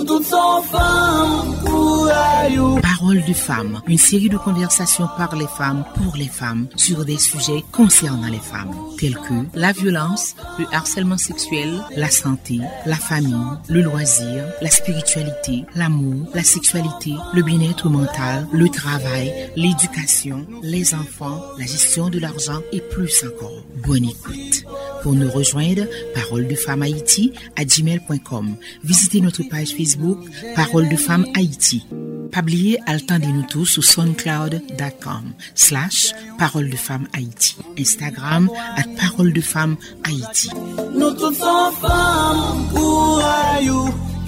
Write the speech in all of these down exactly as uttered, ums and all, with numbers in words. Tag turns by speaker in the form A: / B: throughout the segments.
A: nous toutes sommes femmes pour aïe.
B: Parole de femmes, une série de conversations par les femmes pour les femmes sur des sujets concernant les femmes, tels que la violence, le harcèlement sexuel, la santé, la famille, le loisir, la spiritualité, l'amour, la sexualité, le bien-être mental, le travail, l'éducation, les enfants, la gestion de l'argent et plus encore. Bonne écoute. Pour nous rejoindre, Parole de Femmes Haïti à gmail point com. Visitez notre page Facebook Parole de Femmes Haïti. Pas oublier, attendez-nous tous sur soundcloud point com slash Parole de Femmes Haïti. Instagram at Parole de Femmes Haïti.
A: Nous toutes sommes femmes pour aïe.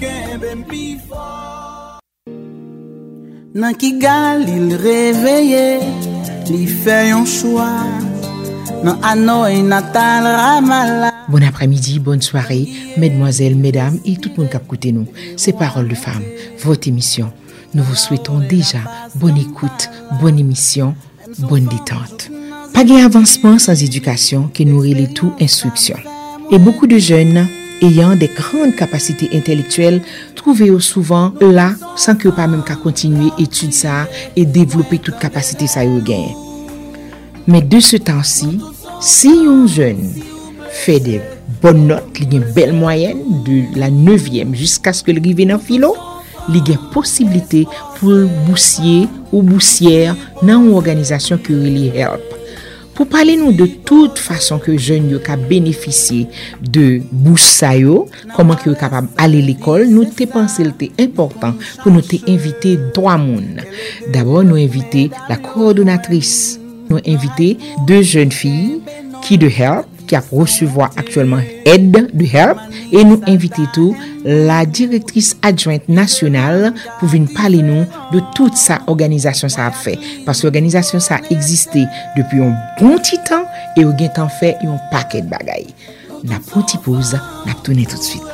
A: Nan ki gal il réveillé, li fait un choix. Nan Hanoï Natal Ramallah.
B: Bon après-midi, bonne soirée, mesdemoiselles, mesdames et tout le monde qui écoute nous. C'est Parole de Femmes, votre émission. Nous vous souhaitons déjà bonne écoute, bonne émission, bonne détente. Pas d'avancement sans éducation qui nourrit les tout instruction. Et beaucoup de jeunes ayant des grandes capacités intellectuelles trouvent souvent là sans que pas même qu'à continuer études ça et développer toute capacité ça yo gain. Mais de ce temps-ci, si un jeune fait des bonnes notes, il y a une belle moyenne de la neuvième jusqu'à ce que le arrive dans philo, il y a possibilité pour boursier ou boursière dans une organisation qui really help. Pour parler nous de toute façon que jeunes yo ka bénéficier de bourse sa yo, comment que yo capable aller à l'école, nous te pensé c'était important pour nous te inviter trois monde. D'abord nous inviter la coordonnatrice, nous inviter deux jeunes filles qui de help qui a recevoir actuellement aide de help et nous inviter tout la directrice adjointe nationale pour venir parler nous de toute sa organisation ça a fait parce que l'organisation ça a existé depuis un bon petit temps et au gain temps fait un paquet de bagailles. N'a petite pause, n'a tourner tout de suite.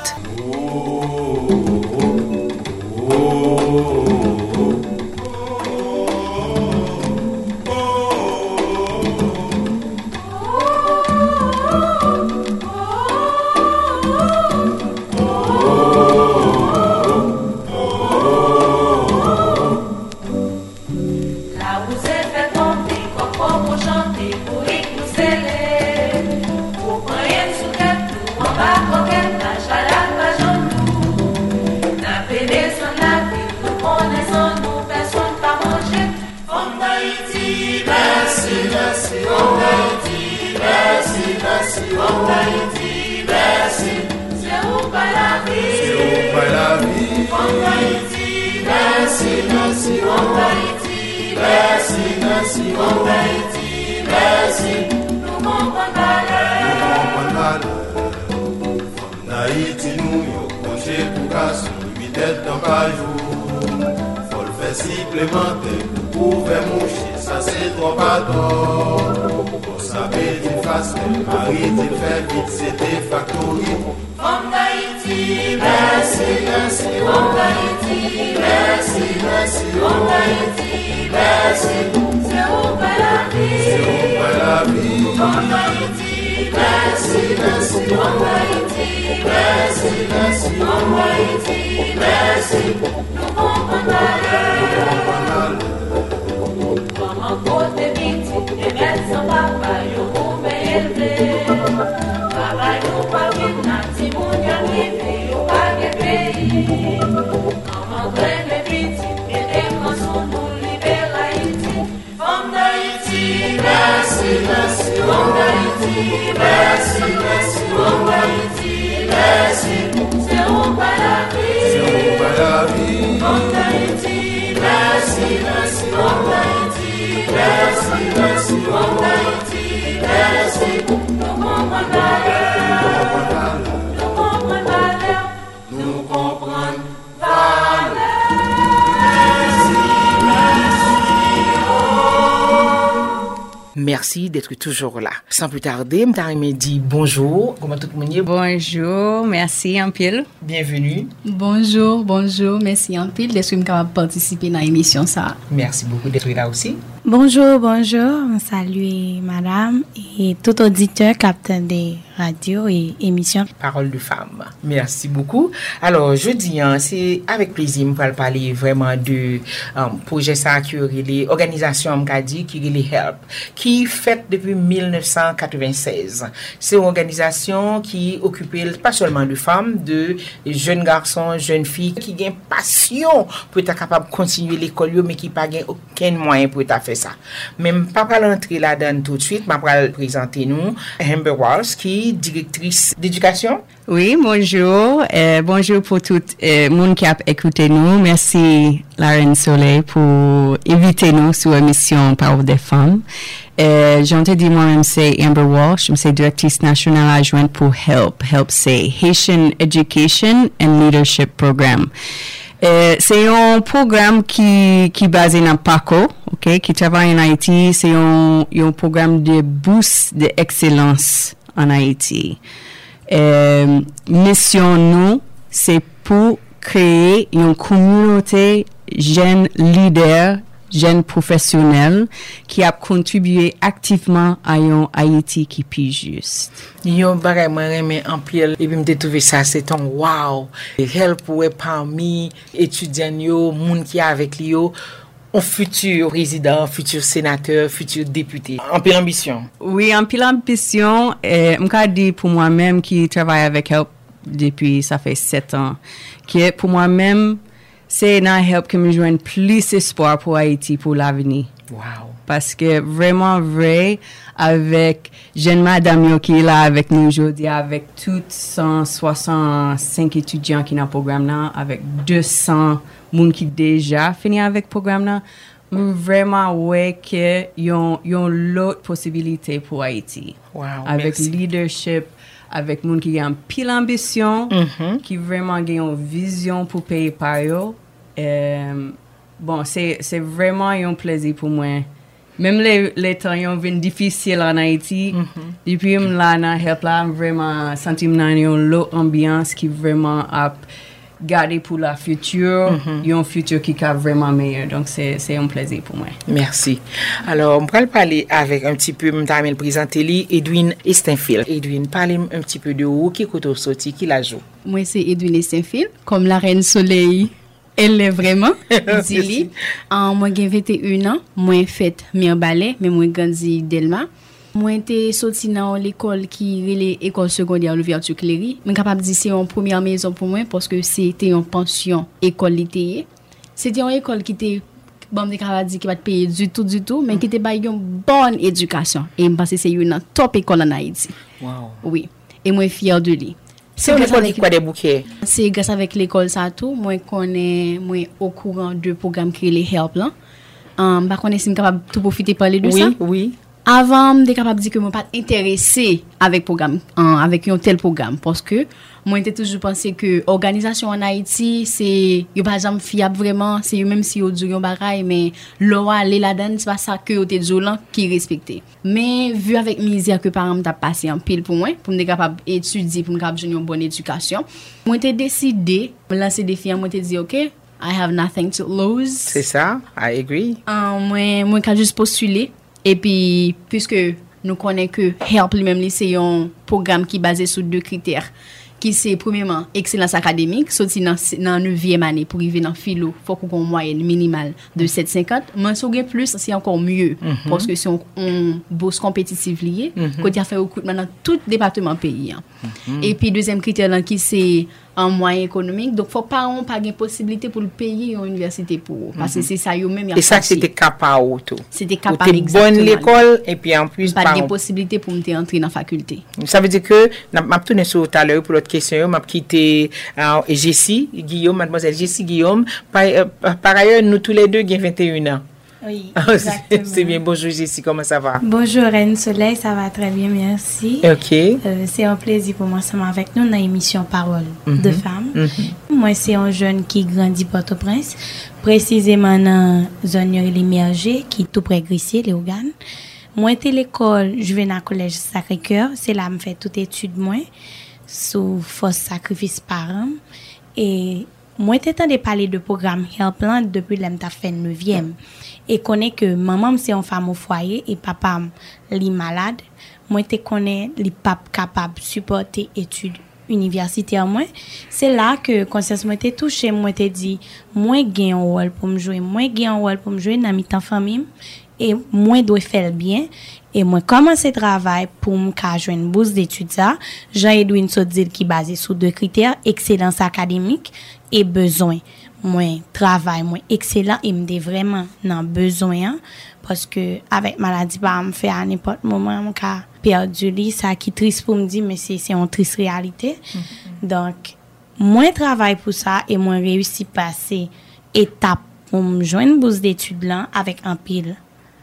C: Supplémentaire pour faire moucher, ça c'est trop pardon. Pour savoir du facile, Marie t'il fait vite, c'était factory.
D: Femme d'Haïti, merci, merci. Femme d'Haïti, merci, merci. Femme d'Haïti, merci. C'est où pas la vie,
C: c'est où pas la vie.
D: Femme d'Haïti, merci, merci. Femme d'Haïti, merci, merci. Femme d'Haïti, merci. Nous comprenons malheur. Comment côté vite, et mettre son papa, yo ou bien élevé. Papa, yo pas vite, nati moun ya rive, yo pas de pays. Comment traîner vite, et défendre son nous libérer Haïti. Femme d'Haïti, merci, merci. Femme d'Haïti, merci, merci. Femme d'Haïti, merci. C'est où pas la vie,
C: c'est où pas la vie.
D: Femme d'Haïti, merci, merci. Femme d'Haïti, merci, merci. Femme d'Haïti, merci. Nous comprenons malheur. Nous comprenons malheur.
C: Nous comprenons
D: valeur.
B: Merci d'être toujours là. Sans plus tarder, je dit bonjour. Comment tout le monde est?
E: Bonjour, merci en pile.
B: Bienvenue.
F: Bonjour, bonjour, merci en pile d'être capable de participer dans l'émission ça.
B: Merci beaucoup d'être là aussi.
F: Bonjour, bonjour. Salut madame et tout auditeur capteur des radios et émissions.
B: Parole de femme. Merci beaucoup. Alors, je dis, hein, c'est avec plaisir pour parler vraiment de um, projet ça qui est les organisations dit qui est les Help, qui fait depuis dix-neuf cent quatre-vingt-seize. C'est une organisation qui occupe pas seulement de femmes, de jeunes garçons, jeunes filles qui ont passion pour être capable de continuer l'école, mais qui pas aucun moyen pour faire ça. Même pas pour l'entrer là-dedans tout de suite, mais pour présenter nous Amber Walsh qui est directrice d'éducation.
E: Oui, bonjour. Euh, bonjour pour tout le euh, monde qui a écouté nous. Merci, Laren Soleil, pour inviter nous sur l'émission Parole des femmes. Euh, J'entends dire moi-même, c'est Amber Walsh, je suis directrice nationale adjointe pour HELP. HELP, c'est Haitian Education and Leadership Program. Euh, c'est un programme qui qui est basé dans PACO, ok, qui travaille en Haïti. C'est un, un programme de boost d'excellence en Haïti. Euh, mission nous, c'est pour créer une communauté jeunes leaders, jeunes professionnels qui a contribué activement à un Haïti qui plus juste.
B: Yo bagay moi remen en pile et puis me trouvé ça c'est un wow. Help ouais parmi étudiants yo, moun qui avec li yo, un futur président, futur sénateur, futur député. En pile ambition.
E: Oui, en pile ambition, euh, m'ka dit pour moi-même qui travaille avec Help depuis ça fait sept ans, qui est pour moi-même c'est dans Help que me joigne plus espoir pour Haïti pour l'avenir.
B: Wow.
E: Parce que vraiment vrai avec jeune madame yo qui est là avec nous aujourd'hui avec toutes cent soixante-cinq étudiants qui dans le programme là avec deux cents moun qui déjà fini avec le programme là, vraiment ouais que yon yon l'autre possibilité pour Haïti.
B: Wow.
E: Avec
B: merci.
E: leadership, avec moun qui a un pile ambition,
B: Mm-hmm.
E: qui vraiment a une vision pour payer par eux. Euh, bon, c'est c'est vraiment un plaisir pour moi. Même les les temps ont vint difficiles en Haïti, mm-hmm. depuis me là dans Help là vraiment senti dans une autre ambiance qui vraiment a garder pour la future, mm-hmm. un futur qui est vraiment meilleur. Donc c'est c'est un plaisir pour moi.
B: Merci. Alors, on va parler avec un petit peu m'tamel présenter li Edwin Estinfield. Edwin, parlez un petit peu de où qui koto sorti qui la joue.
F: Moi c'est Edwin Estinfield, comme la reine soleil. Elle l'est vraiment. Dili. En moi j'ai vingt et un ans, moi fait Mir Ballet, mais moi grandi Delma. Moi été sorti dans l'école qui relait école secondaire l'ouverture Cléry. Mais capable dire c'est une première maison pour moi parce que c'était une pension école littéraire. C'était une école qui était bon de capable dire qui va te payer du tout du tout mais qui était ba une bonne éducation et je pense que c'est une top école en Haïti.
B: Wow.
F: Oui. Et moi fier de lui.
B: C'est une école qui quoi des bouquets.
F: C'est grâce avec l'école ça tout moi connais moi au courant de programme qui les Help là. Um, ba connais si capable tout profiter parler de
B: oui,
F: ça.
B: Oui, oui.
F: Avant, je suis capable de dire que je ne suis pas intéressée avec programme, hein, avec un tel programme. Parce que moi, j'ai toujours pensé que l'organisation en Haïti, c'est pas jamais fiable vraiment. C'est même si on dit un bagaille, mais l'oa, les là-dedans, c'est pas ça que on est qui respecté. Mais vu avec misère que par exemple, t'as passé en pile pour moi, pour me capable d'étudier, pour me capable de une bonne éducation, moi, j'ai décidé de lancer des défis. Moi, j'ai dit, OK, I have nothing to lose.
B: C'est ça, I agree.
F: Um, moi, moi, j'ai juste postulé. Et puis, puisque nous connaissons que Help lui-même, c'est un programme qui est basé sur deux critères. Qui c'est, premièrement, excellence académique, sorti dans la neuvième année pour arriver dans philo, il faut qu'on ait une moyenne minimale de sept virgule cinquante. Mais si on a plus, c'est encore mieux. Mm-hmm. Parce que c'est une bourse compétitive liée, mm-hmm. qu'on a fait recrutement dans tout département pays. Hein. Mm-hmm. Et puis, deuxième critère, là, qui c'est un moyen économique. Donc, il ne faut pas avoir une possibilité pour le payer en université pour. Parce que mm-hmm. c'est ça, eux-mêmes.
B: Et ça, c'était capable tout.
F: C'était capable,
B: exactement. Bonne l'école, et puis en plus,
F: pas de possibilité pour me entrer dans la faculté.
B: Ça veut dire que, je vais tourner sur tout à l'heure pour l'autre question, je vais quitter euh, Jessie Guillaume, mademoiselle Jessie Guillaume. Par, euh, par ailleurs, nous tous les deux, avons vingt et un ans.
G: Oui,
B: exactement. C'est bien. Bonjour Jessie, comment ça va?
G: Bonjour Reine Soleil, ça va très bien, merci.
B: Ok.
G: Euh, c'est un plaisir pour moi ensemble avec nous dans l'émission Parole mm-hmm. de femmes. Mm-hmm. Moi, c'est un jeune qui grandit Port-au-Prince, précisément dans la zone Limérgé, qui est tout près de Grissier, les Ouganes. Moi, j'étais à l'école, je vais dans le collège Sacré-Cœur, c'est là que je fais toute étude moi, sous force sacrifice parents. Et moi, j'étais en train de parler de programme Helpland depuis que j'ai fait neuvième. et connaît que maman c'est une femme au foyer et papa li malade, moi te connais li pas capable supporter études universitaires moi, c'est là que conscience moi était touché, moi te dit moi gain un rôle pour me jouer, moi gain un rôle pour me jouer dans mi temps famille et moi dois faire bien et moi commencer travail pour me ca joindre une bourse d'études ça, Jean-Edwin Sotzil qui basé sur deux critères, excellence académique et besoin. Moi travail moi excellent et me vraiment dans besoin parce que avec maladie pas me faire à n'importe moment mon cas perdu lui ça qui triste pour me dire mais c'est c'est une triste réalité. Mm-hmm. Donc moi travail pour ça et moi réussi passer étape pour me joindre bourse d'études là avec un pile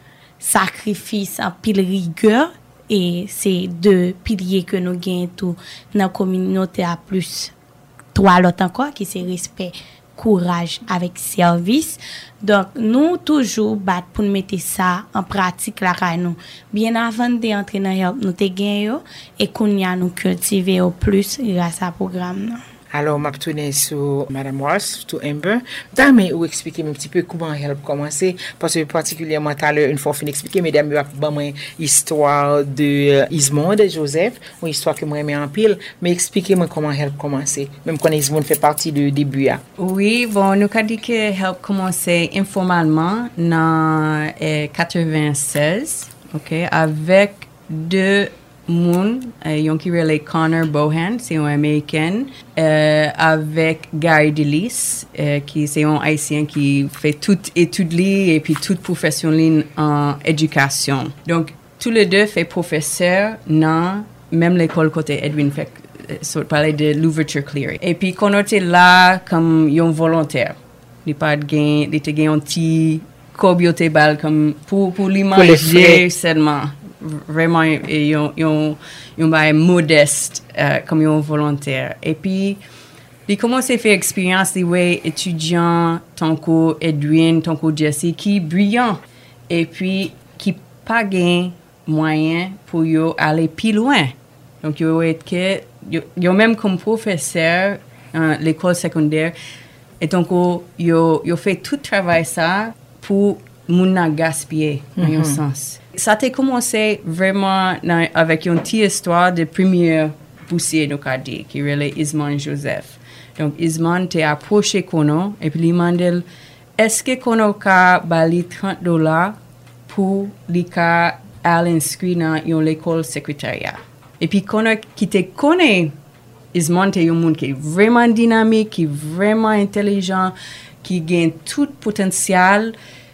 G: sacrifice, un pile rigueur et c'est deux piliers que nous gagnons tout dans la communauté à plus trois l'autre encore qui c'est respect, courage avec service. Donc nous toujours battre pour mettre ça en pratique là nous bien avant d'entrer dans help nous te gagné et qu'on y a nous cultiver au plus grâce à programme là.
B: Alors, m'a tourné sur Madame Ross, tout un peu. Mais ou expliquer un petit peu comment help commencer parce que particulièrement tout à l'heure une fois fin expliquer mesdames a ba moi histoire de uh, Ismond Joseph, une histoire que moi aimé en pile, mais expliquez-moi comment help commencer. Même quand Ismond fait partie du début là.
E: Oui, bon, nous a dit que help commencer informellement dans eh, quatre-vingt-seize, OK, avec deux Moon, euh, yon qui relait Connor Bohan, c'est un Américain, euh, avec Gary Delis, euh, qui c'est un Haïtien qui fait toute étude et puis toute profession en éducation. Donc, tous les deux fait professeur dans même l'école côté Edwin fait euh, parler de l'ouverture Cleary. Et puis, quand on était là comme yon volontaire, il pas de gain, il était gain un petit cobioté bal comme pour pour lui manger seulement. Vraiment ils ont ils ont ils ont modeste euh, comme ils ont volontaire et puis ils commencent à faire expérience les ouais étudiants tant que Edwin tant que Jesse qui brillant et puis qui pas gain moyen pour yo aller plus loin donc yo être que yo, yo même comme professeur à l'école secondaire et donc yo yo fait tout travail ça pour moun na gaspiller dans un sens. Ça a commencé vraiment dans, avec une petite histoire de première poussée de Kadi qui relait Ismond Joseph. Donc Ismond t'a approché Kono et puis lui demandé est-ce que Kono ka bali trente dollars pour lui ka aller inscrit dans une l'école secrétariat. Et puis Kono qui te connaît Ismond est un monde qui est vraiment dynamique, qui est vraiment intelligent, qui gagne tout potentiel.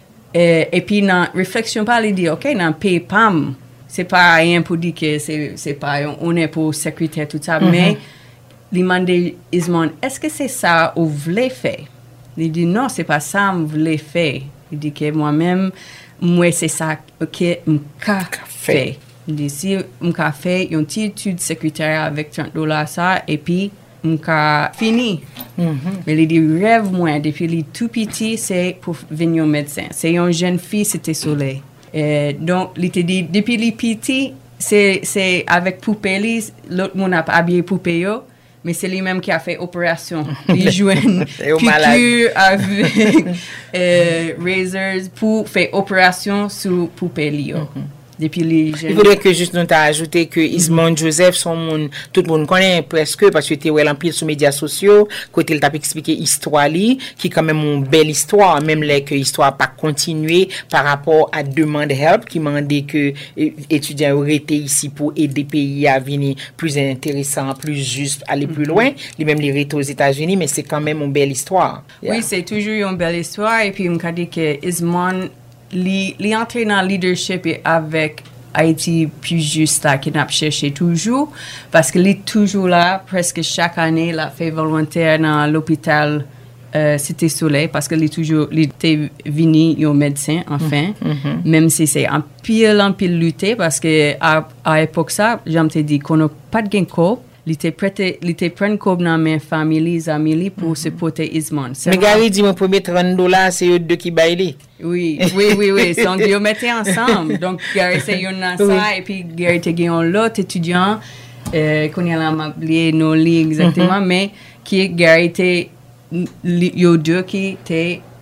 E: Et, et puis, dans réflexion, pas lui dire, OK, dans P P A M, c'est pas rien pour dire que c'est, c'est pas, on est pour secrétaire, tout ça, mm-hmm. mais, lui demande Ismond, est-ce que c'est ça ou vous voulez faire? Il dit, non, c'est pas ça, vous voulez faire. Il dit que moi-même, moi, c'est ça que m'ka fait. Il dit, si m'ka fait, une petite étude secrétaire avec trente dollars ça, et puis, m'ka fini. Mm-hmm. Mais il dit rêve moi depuis les tout petit c'est pour venir au médecin. C'est une jeune fille c'était Soleil. Et donc il te dit depuis les petits c'est c'est avec poupée l'autre monde a habillé poupée yo mais c'est lui-même qui a fait opération. Il joue une piqûre avec euh, razors pour faire opération sur poupée yo. Mm-hmm. Depuis les jeunes.
B: Il faudrait que juste nous t'as ajouté que Ismond mm-hmm. Joseph son monde tout le monde connaît presque parce que tu es ouais en pile sur médias sociaux côté il t'a expliqué histoire li qui quand même une belle histoire même là que histoire pas continuer par rapport à demande help qui demandait que euh, étudiants auraient été ici pour aider pays à venir plus intéressant plus juste aller plus mm-hmm. loin les même les retours aux États-Unis mais c'est quand même une belle histoire.
E: Yeah. Oui, c'est toujours une belle histoire et puis on m'a dit que Ismond Li, li entre dans le leadership avec Haïti plus juste là qui n'a cherché toujours parce que li toujours là presque chaque année la fait volontaire dans l'hôpital euh, Cité Soleil parce que li toujours li était venu un médecin enfin mm-hmm. même si c'est un pile en pile lutter parce que à à époque ça j'aime te dit qu'on n'a pas de gain co il était prêt il était prendre comme dans mes familles amis pour mm-hmm. supporter Ismond.
B: Mais Gary dit mon premier trente dollars c'est eux deux qui baillent.
E: Oui, oui, oui, oui. Donc, ils mettaient ensemble. Donc, Gary, c'est une ça, oui. Et puis Gary, tu as l'autre étudiant, euh, qu'on a appelé nos ligues exactement, mm-hmm. mais qui Gary, tu as deux qui étaient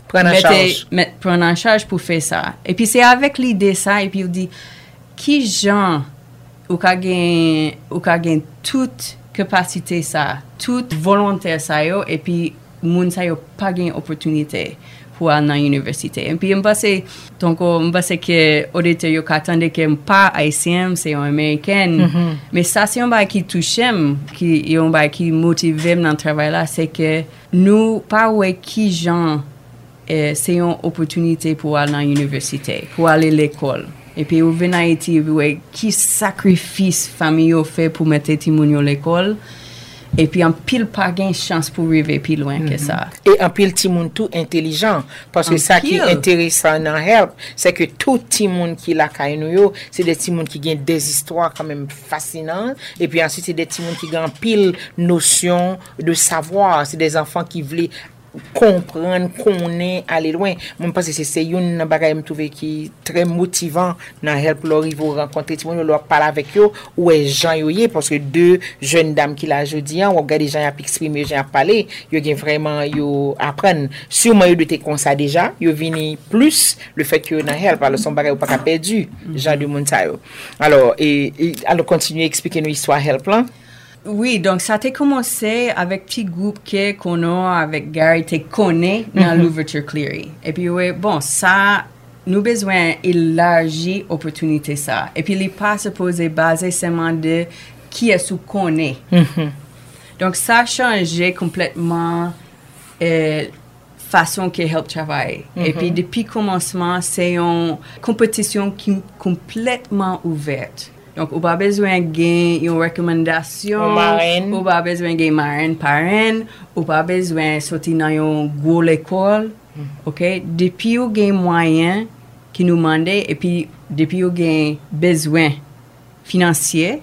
H: prendre en charge.
E: Met, prendre en charge pour faire ça. Et puis c'est avec l'idée ça, et puis on dit, qui gens ou qu'a gain ou qu'a gain toute capacité ça, toute volonté ça yo, et puis moun ça yo pas gain opportunité pour aller dans l'université. Et puis, je pense donc, je pense que auditeur yo attendait que pas haïtien, c'est un américain. Mm-hmm. Mais ça, c'est un bail qui touche, qui un bail qui motive dans le travail là, c'est que nous pas ouais qui gens eh, c'est une opportunité pour aller dans l'université, pour aller à l'école. Et puis, vous venez à Haïti, vous voyez qui sacrifice famille au fait pour mettre les gens à l'école. Et puis, en pile, pas de chance pour arriver plus loin mm-hmm. que ça.
H: Et en pile, tout le monde tout intelligent. Parce que en ça pile. Qui est intéressant dans Help, c'est que tout le monde qui l'a caïnou, c'est des petits monde qui ont des histoires quand même fascinantes. Et puis ensuite, c'est des petits monde qui ont pile notion de savoir. C'est des enfants qui veulent comprendre, connaître, aller loin. Moi, parce que c'est une bagaille me trouve qui très motivant dans Help leur ils vont rencontrer tout le monde, leur parler avec eux ou est Jean yoyé parce que deux jeunes dames qui l'a jeudi on regarde les gens à exprimer, gens à parler, yo gen vraiment yo apprendre. Sûrement yo de comme ça déjà, yo vini plus le fait que dans Help alors son bagaille pas perdu, Jean de Montayo. Alors et, et alors continuer à expliquer nos histoires Help là.
E: Oui, donc ça a commencé avec petit groupe que qu'on a avec Gary te connaît dans mm-hmm. l'ouverture Cleary. Et puis ouais, bon, ça nous besoin élargir opportunité ça. Et puis il pas supposé baser seulement de qui est sous connaît. Mm-hmm. Donc ça a changé complètement euh, façon que Help travaille. Mm-hmm. Et puis depuis le commencement, c'est une compétition qui est complètement ouverte. Donc, on n'a pas besoin de gagner une recommandation, on n'a pas besoin de gagner marraine, parrain, on n'a pas besoin de sortir dans une grosse école. Mm. OK? Depuis qu'on a moyen qui nous demandent, et puis depuis qu'on a besoin financier,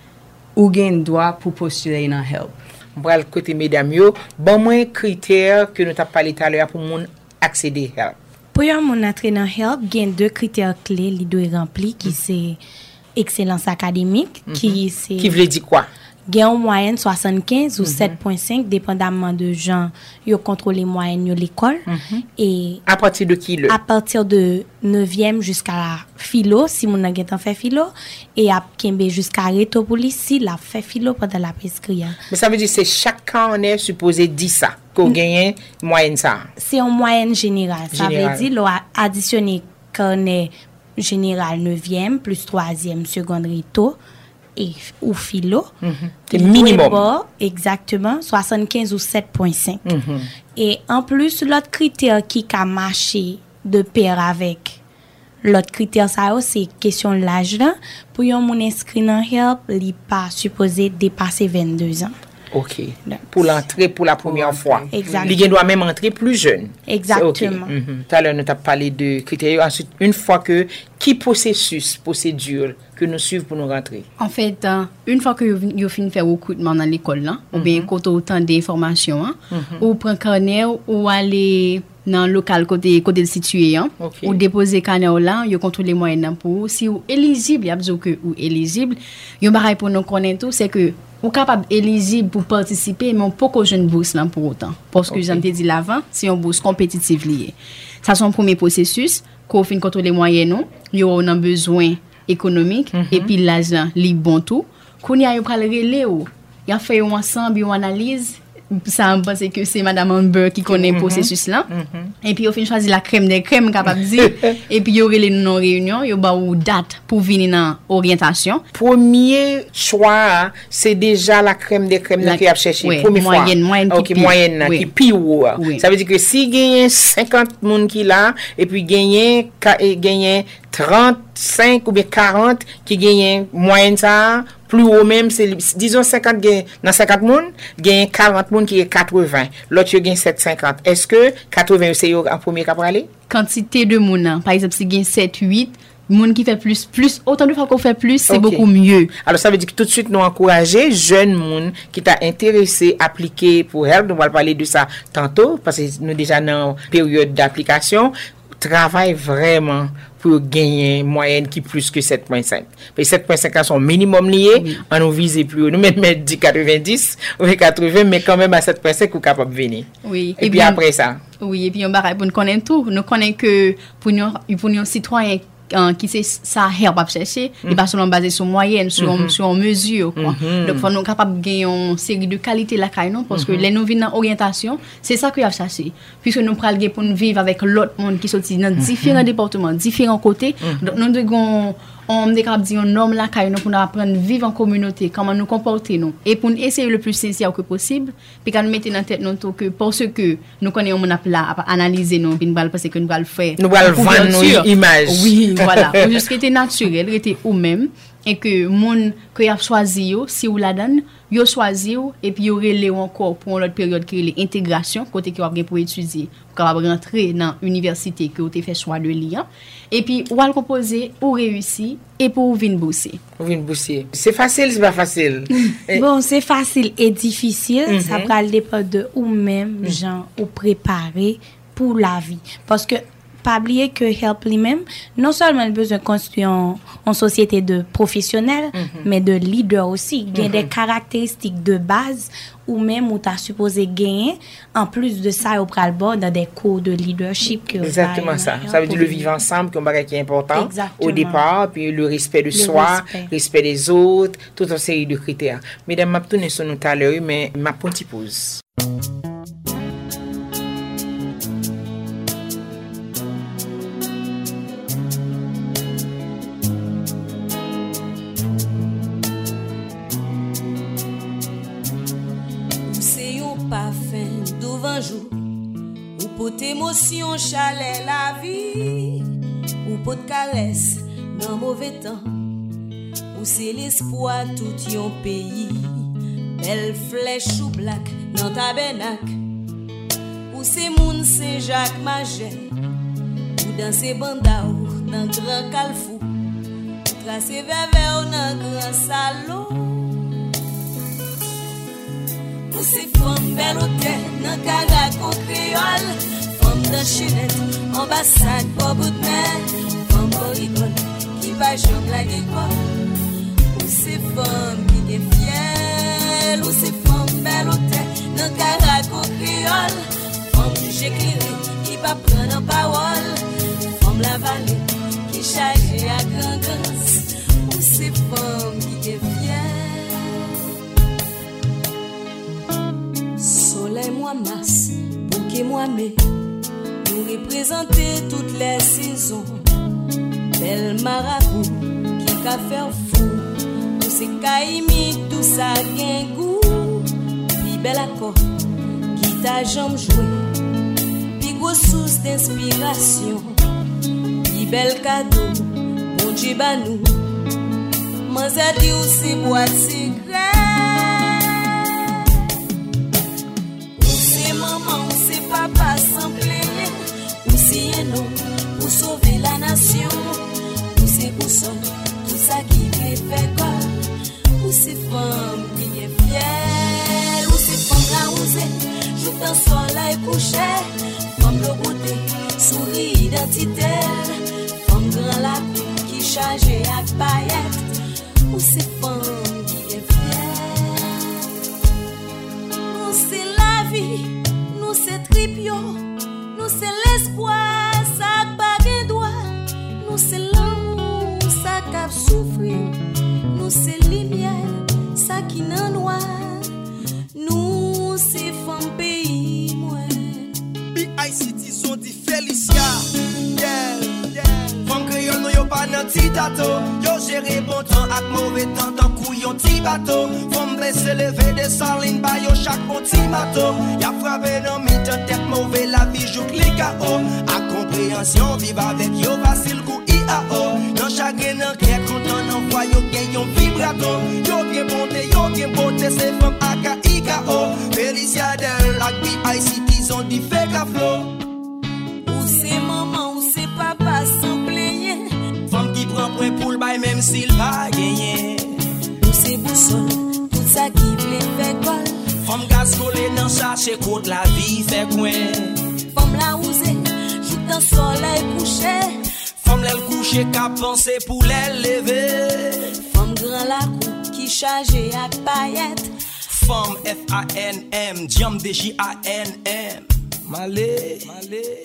E: on a droit pour postuler dans Help.
H: Bon, côté mesdames, bon, moins critères que nous avons parlé tout à l'heure pour moun accéder à Help.
G: Pour yon entrer dans Help, il y a deux critères clés qui doivent remplir, qui mm. c'est excellence académique, mm-hmm. qui c'est...
H: Qui veut dire quoi?
G: Il y a en moyenne soixante-quinze ou mm-hmm. sept virgule cinq, dépendamment de gens qui contrôlent les moyennes de l'école. Mm-hmm. Et
H: à partir de qui le?
G: À partir de neuvième jusqu'à la philo, si mon a fait philo, et à Kembe jusqu'à Rétopolis, si la fait philo pendant la prescrire.
H: Mais ça veut dire que chaque an on est supposé dire ça, qu'on mm-hmm. gagne moyenne ça? C'est
G: en moyenne générale. Général. Ça veut dire qu'on additionner qu'on est général neuvième plus troisième secondaire tôt et ou philo
H: mm-hmm. minimum
G: bord, exactement soixante-quinze ou sept virgule cinq mm-hmm. et en plus l'autre critère qui a marché de pair avec l'autre critère ça c'est question de l'âge là pour yon moun inscrit dans Help il pas supposé dépasser vingt-deux ans.
H: OK. Pour l'entrée pour la première pour fois.
G: Exactement.
H: Il doit même entrer plus jeune.
G: Exactement.
H: Okay. Mm-hmm. Tout à l'heure, nous avons parlé de critères. Ensuite, une fois que, qui processus, procédure que nous suivons pour nous rentrer?
F: En fait, euh, une fois que vous avez fini de faire recrutement dans l'école, là, mm-hmm. ou bien quand autant d'informations, hein, mm-hmm. ou prendre carnet ou aller dans le local côté côté situé, hein, okay. ou déposer carnet là, vous contrôlez les moyens pour si vous éligible, il y a besoin que vous éligible. Il y a pour nous connaître tout, c'est que ou capable éligible pour participer mais on peut que jeune bourse là pour autant parce que okay. j'en t'ai dit l'avant c'est une bourse compétitive liée ça son premier processus qu'on fin contrôler moyens non il y a un besoin économique mm-hmm. et puis l'argent li bon tout qu'on y a eu pas le relais ou il a fait ensemble une analyse ça pense que c'est madame Amber qui connaît le mm-hmm. processus là mm-hmm. et puis au fin choisir la crème des crèmes capable dire et puis il y aurait les non réunion il y a une date pour venir dans orientation.
H: Premier choix c'est déjà la crème des crèmes qui a cherché
F: oui,
H: première fois
F: moyenne moyenne
H: OK
F: qui
H: moyenne
F: oui.
H: qui pi ou
F: oui.
H: ça veut dire que si gagne cinquante monde qui là et puis gagne gagne trente-cinq ou bien quarante qui gagne moyenne ça plus haut même c'est disons cinquante gagne dans cinquante monde gagne quarante monde qui est quatre-vingts l'autre gagne sept cent cinquante est-ce que quatre-vingts c'est en premier cap aller
F: quantité de monde par exemple si gagne sept huit monde qui fait plus plus autant de fois qu'on fait plus c'est okay. beaucoup mieux.
H: Alors ça veut dire que tout de suite nous encourager jeunes monde qui t'a intéressé appliquer pour Help, nous va parler de ça tantôt parce que nous déjà dans période d'application travaille vraiment pour gagner moyenne qui plus que sept virgule cinq. Mais sept virgule cinq sont minimum liés, oui. on nous vise plus haut. Nous même dit quatre-vingt-dix ou quatre-vingts mais quand même à sept virgule cinq ou capable venir.
F: Oui.
H: Et, et puis bien, après ça.
F: Oui, et puis on va pour nous connaître tout. Nous connaissons que pour nous, pour nous citoyens Uh, qui c'est ça help à chercher mm. et pas seulement basé sur moyenne sur mm-hmm. sur mesure quoi mm-hmm. donc faut nous capable gagner une série de qualité la caille non parce mm-hmm. que les nous venons dans orientation c'est ça que y a chercher puisque nous pral pour nous vivre avec l'autre monde qui sorti dans mm-hmm. différents départements différents côtés mm-hmm. donc nous devons on est capable dire un homme la caille nous pour nous apprendre à vivre en communauté comment nous comporter nous et pour nous essayer le plus sincère que possible puis quand nous mettons dans tête nous que parce que nous connaissons on a là analyser nous puis nous va penser que nous va le faire
H: nous va vendre nos images
F: oui voilà ou juste était naturel était ou même et que monde que y a choisi yo si ou la donne yo choisi et puis yo relé encore pour l'autre période qui est l'intégration côté qui va bien pour étudier pour capable rentrer dans université que vous avez fait choix de lire et puis ou al composer ou réussir et pour venir bosser
H: venir bosser c'est facile c'est pas facile
G: bon c'est facile et difficile mm-hmm. ça va dépendre de ou même mm-hmm. gens ou préparer pour la vie parce que pas oublier que help lui-même non seulement il besoin de construire en, en société de professionnels mm-hmm. mais de leaders aussi il y a mm-hmm. des caractéristiques de base ou même où tu as supposé gagner en plus de ça au pral bord dans des cours de leadership que
H: exactement va, ça ça veut dire le vivre ensemble comme bagage qui est important exactement. Au départ puis le respect de le soi respect. Respect des autres toute une série de critères mesdames m'a tourné sur nous tout à l'heure mais m'a petit pause.
I: Ou pour émotion chalet la vie ou pour caresse dans mauvais temps ou c'est l'espoir tout yon pays belle flèche ou black dans tabernacle ou c'est moun c'est Jacques Maget ou dans ces bandas ou dans grand calfou tracé vers vers dans grand salon ou c'est femme belle hôtel dans Carac en créole femme dans chenette ambassade pour bout de mer femme boricole qui va jamais la guécolle ou c'est femme qui est fière ou c'est femme belle hôtel dans Carac en créole femme j'éclairé qui va prendre en parole femme la vallée qui chargée à grand grâce ou c'est femme qui est fière soleil moi masse bouquet moi mai nous représenter toutes les saisons belle marabout qui ka faire fou tout c'est kaimi tout ça gain goût puis bel accord qui t'a jambe joué puis grosse source d'inspiration puis bel cadeau bon Dieu ba nous manza di ou c'est boîte secret papa sans plaire ou si un homme pour sauver la nation ou c'est pour ça tout ça qui fait fait quoi ou c'est femme qui est fière ou c'est femme la osée joue dans soleil couché femme le beauté souris identitaire femme grand la cour qui chargée à paillettes ou c'est femme qui est fière nous c'est la vie nous c'est tripio, nous c'est l'espoir, ça bague doigt, nous c'est l'amour, ça cap souffrir, nous c'est lumière, ça qui n'en noir, nous c'est femme pays moi.
J: B I C T sont dit Félicia, yeah, yeah. Femme créole nous yo pas nan ti tato, yo géré bon temps ak mauvais temps tant couillon ti bateau, femme baisser lever des salines ba yo chaque bon ti bateau, y'a frappé dans mi tête mauvais la vie joue les K O, à compréhension vive avec yo facile coup I A O, dans chaque nan cœur content nan voix yo gagne yon vibrato, yo bien bonté yo bien beauté c'est femme A K I K O, Félicia Del ak B I C T sont dit fait ka flow.
I: Ou c'est maman ou c'est papa sans plaigner.
J: Femme qui prend point pour le bail même s'il va gagner.
I: Ou c'est boussole, tout ça qui voulait faire quoi.
J: Femme gaz collé dans chercher côte la vie fait coin.
I: Femme la osée, joue dans soleil couché.
J: Femme l'aile couché qu'a pensé pour l'élever.
I: Femme grand la cour qui chargée à paillettes.
J: Femme F A N M, Diam D J A N M. Malé, malé.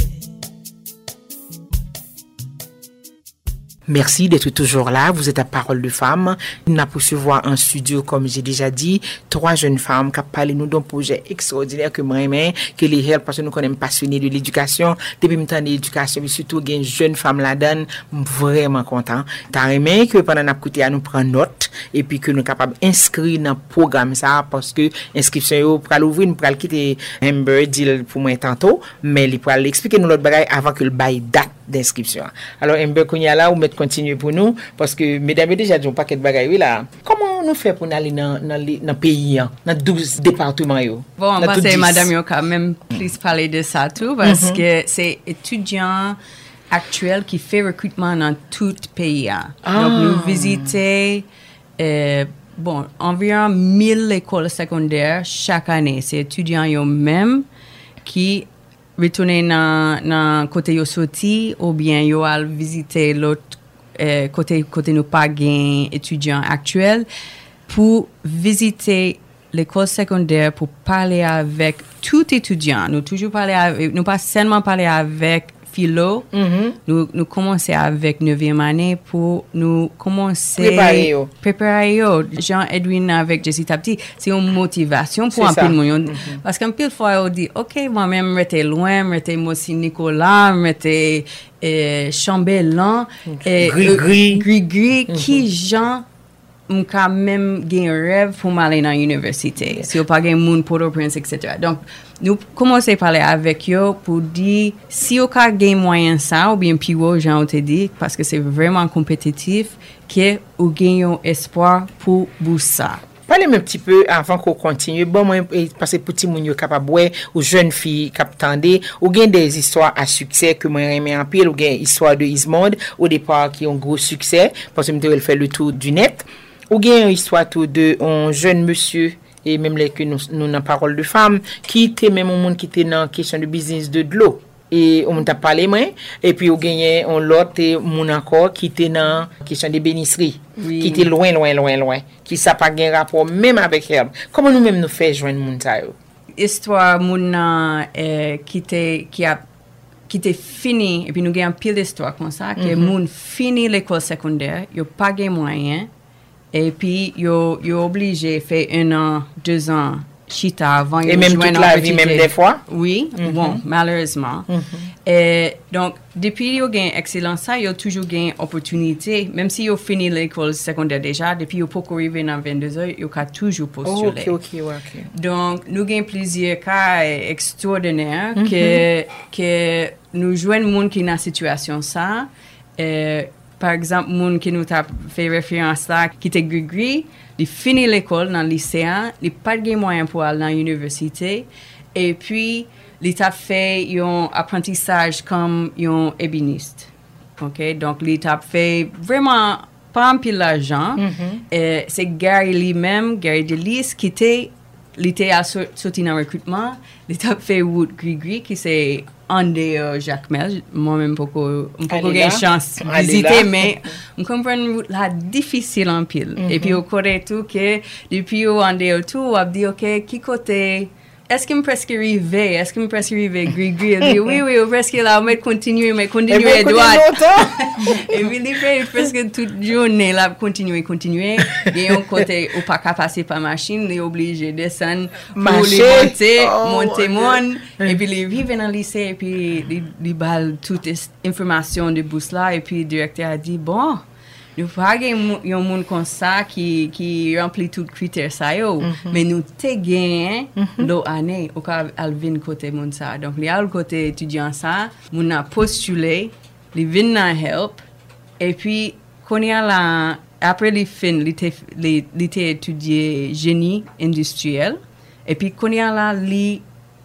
H: Merci d'être toujours là. Vous êtes à Parole de Femmes. Nous avons poursuivi en studio, comme j'ai déjà dit, trois jeunes femmes qui ont parlé nous d'un projet extraordinaire que moi j'aime, que les help parce que nous sommes passionnés de l'éducation. Depuis le temps de l'éducation, mais surtout, il y a une jeune femme là-dedans, vraiment content. T'as aimé que pendant notre côté, nous prendre note et puis que nous sommes capables d'inscrire dans le programme ça parce que l'inscription, pour l'ouvrir, nous pourrons quitter Amber deal pour moi tantôt, mais il pourra l'expliquer nous l'autre bagaille avant que le bail date d'inscription. Alors, Amber, qu'on y a là, ou mettre continuer pour nous, parce que, mesdames, déjà, dit un paquet de bagailles, là. Comment nous fait pour aller dans, dans, dans le pays, dans douze départements, yo?
E: Bon, moi, c'est madame, yo, quand même, plus parler de ça, tout, parce mm-hmm. que c'est étudiant actuel qui fait recrutement dans tout le pays. Hein. Ah. Donc, nous visitons, euh, bon, environ mille écoles secondaires chaque année. C'est étudiants eux-mêmes qui retourner dans dans côté yo sorti ou bien yo al visiter l'autre euh, côté côté nous pas gain étudiants actuels pour visiter l'école secondaire pour parler avec tout étudiant. Nous toujours parler avec, nous pas seulement parler avec philo, mm-hmm. nous nous commencer avec neuvième année pour nous commencer
H: préparer yo.
E: préparer yo. Jean-Edwin avec Jessie Tapti, c'est une motivation pour un peu de monde mm-hmm. parce qu'un peu de fois on dit OK, moi-même j'étais loin, j'étais Mossi Nicolas, j'étais euh, Chambellan et
H: Gris-Gris
E: Gris-Gris qui Jean m ka même gen rêve pour m'aller dans l'université. Yeah. Si on pas gen moun Port-au-Prince, et cetera. Donc, nous commençons à parler avec eux pour dire si on a gen moyen ça, ou bien plus haut, j'en te dit, parce que c'est vraiment compétitif, que ou gen espoir pour ça.
H: Parlez-moi un petit peu avant qu'on continue. Bon, moi, parce que petit moun yo capable ou jeune fille cap tendé, ou gain des histoires à succès que moi aimé en pile, ou gain histoire de Ismond au départ qui ont gros succès parce que me fait le tour du net. Ou gain une histoire tout de un jeune monsieur et même les que nous nous dans Parole de Femmes qui était même un monde qui était dans question de business de l'eau. Et on t'a parlé moi et puis on gagné on l'autre mon encore qui était dans question de bénisserie oui. Qui était loin loin loin loin qui ça pas gain rapport même avec elle. Comment nous même nous faire joindre moun ça yo?
E: Histoire moun euh, qui était qui a qui était fini et puis nous gagne pile d'histoire comme ça que mm-hmm. moun fini l'école secondaire, yo pas gain moyen et puis yo yo obligé faire un an, deux ans chita avant
H: et même toute la vie même des fois
E: oui mm-hmm. bon malheureusement mm-hmm. et donc depuis yo gain excellence ça yo toujours gain opportunité même si yo fini l'école secondaire déjà depuis yo pour arriver dans vingt-deux heures yo ka toujours postuler
H: oh, OK OK OK
E: donc nous gain plusieurs cas extraordinaires mm-hmm. que que nous joignent monde qui dans situation ça euh, par exemple monde qui nous t'a fait référence là qui était Gris-Gris il finit l'école dans le lycée, il pas de moyen pour aller dans l'université et puis il a fait un apprentissage comme un ébéniste. OK, donc il a fait vraiment pas un peu d'argent. Mm-hmm. C'est Gary lui-même, Gary Delis qui était il était sorti dans le recrutement, il a fait Wood Gris-Gris qui c'est Andé euh, Jacques Mel, moi-même beaucoup beaucoup de chance visiter mais on comprend la difficile en pile mm-hmm. et puis au côté tout que depuis au Andé tout on dit OK qui côté est-ce qu'il me presque arrivé est-ce qu'il me presque arrivé Gris-Gris dit oui oui presque là mais continuer mais continuer droit et puis il fait presque toute journée là continuer continuer et un côté ou pas capable passer par machine il est obligé descendre pour les monter oh, monter mon et puis il vivait dans le lycée et puis il il balle toute information de bourse là et puis le directeur a dit bon nous pas un monde comme ça qui qui remplit tous les critères ça yo mm-hmm. mais nous te gain mm-hmm. l'autre année au cas alvin côté monde ça donc il y a le côté étudiant ça on a postulé les vinn help et puis quand il y a la après les fin il était il était étudié génie industriel et puis quand il y a la li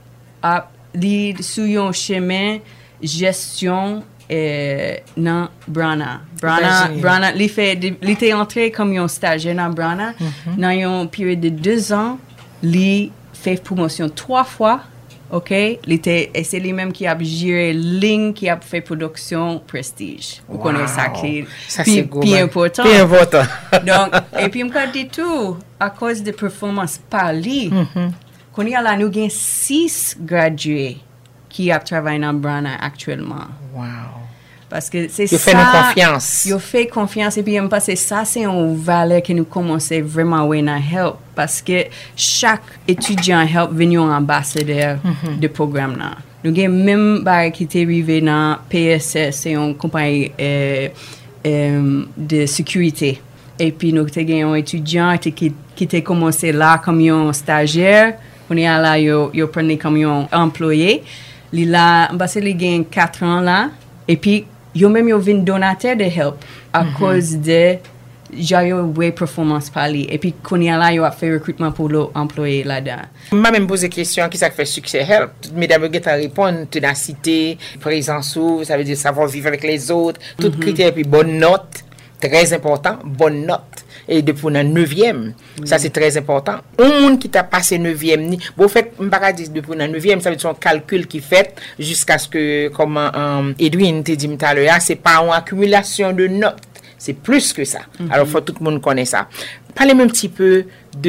E: a li sur un chemin gestion et dans Brana Brana Brana il fait il était entré comme un stagiaire dans Brana mm-hmm. dans une période de deux ans il fait promotion trois fois OK il était et c'est lui même qui a géré ligne qui a fait production Prestige vous wow. connaissez ça qui
H: ça c'est
E: bien important
H: bien important
E: donc et puis me dit tout à cause de performance par lui mm-hmm. qu'on y a là nous gain six gradués qui a travaillé dans Brana actuellement.
H: Wow.
E: Parce que c'est
H: ça.
E: ça.
H: Ils font confiance.
E: Ils font confiance. Et puis, parce que ça, c'est une valeur que nous commençons vraiment à avoir help. Parce que chaque étudiant help venu un ambassadeur mm-hmm. de programme là. Nous avons même bah, qui est arrivé dans P S S, c'est une compagnie euh, euh, de sécurité. Et puis, nous avons un étudiant qui, qui a commencé là comme un stagiaire. On est là, il prenait comme un employé. Il a gagné quatre ans là. Et puis, yo même yo vin donateur de help à mm-hmm. cause de j'ai eu performance par lui. Et puis, qu'on y a là, yo a fait recrutement pour l'employé là-dedans.
H: M'a même posé question qui ça fait succès help. Mesdames, vous avez répondu ténacité, présence ou ça veut dire savoir vivre avec les autres, tout mm-hmm. critère puis bonne note, très important, bonne note. Et depuis la neuvième, mm. ça c'est très important. Un monde qui t'a passé neuvième, ni, bon fait, m'bara dit depuis la neuvième, ça veut dire son calcul qui fait jusqu'à ce que, comme um, Edwin te dit tout à l'heure, c'est pas une accumulation de notes, c'est plus que ça. Mm-hmm. Alors faut tout le monde connaît ça. Parlez-moi un petit peu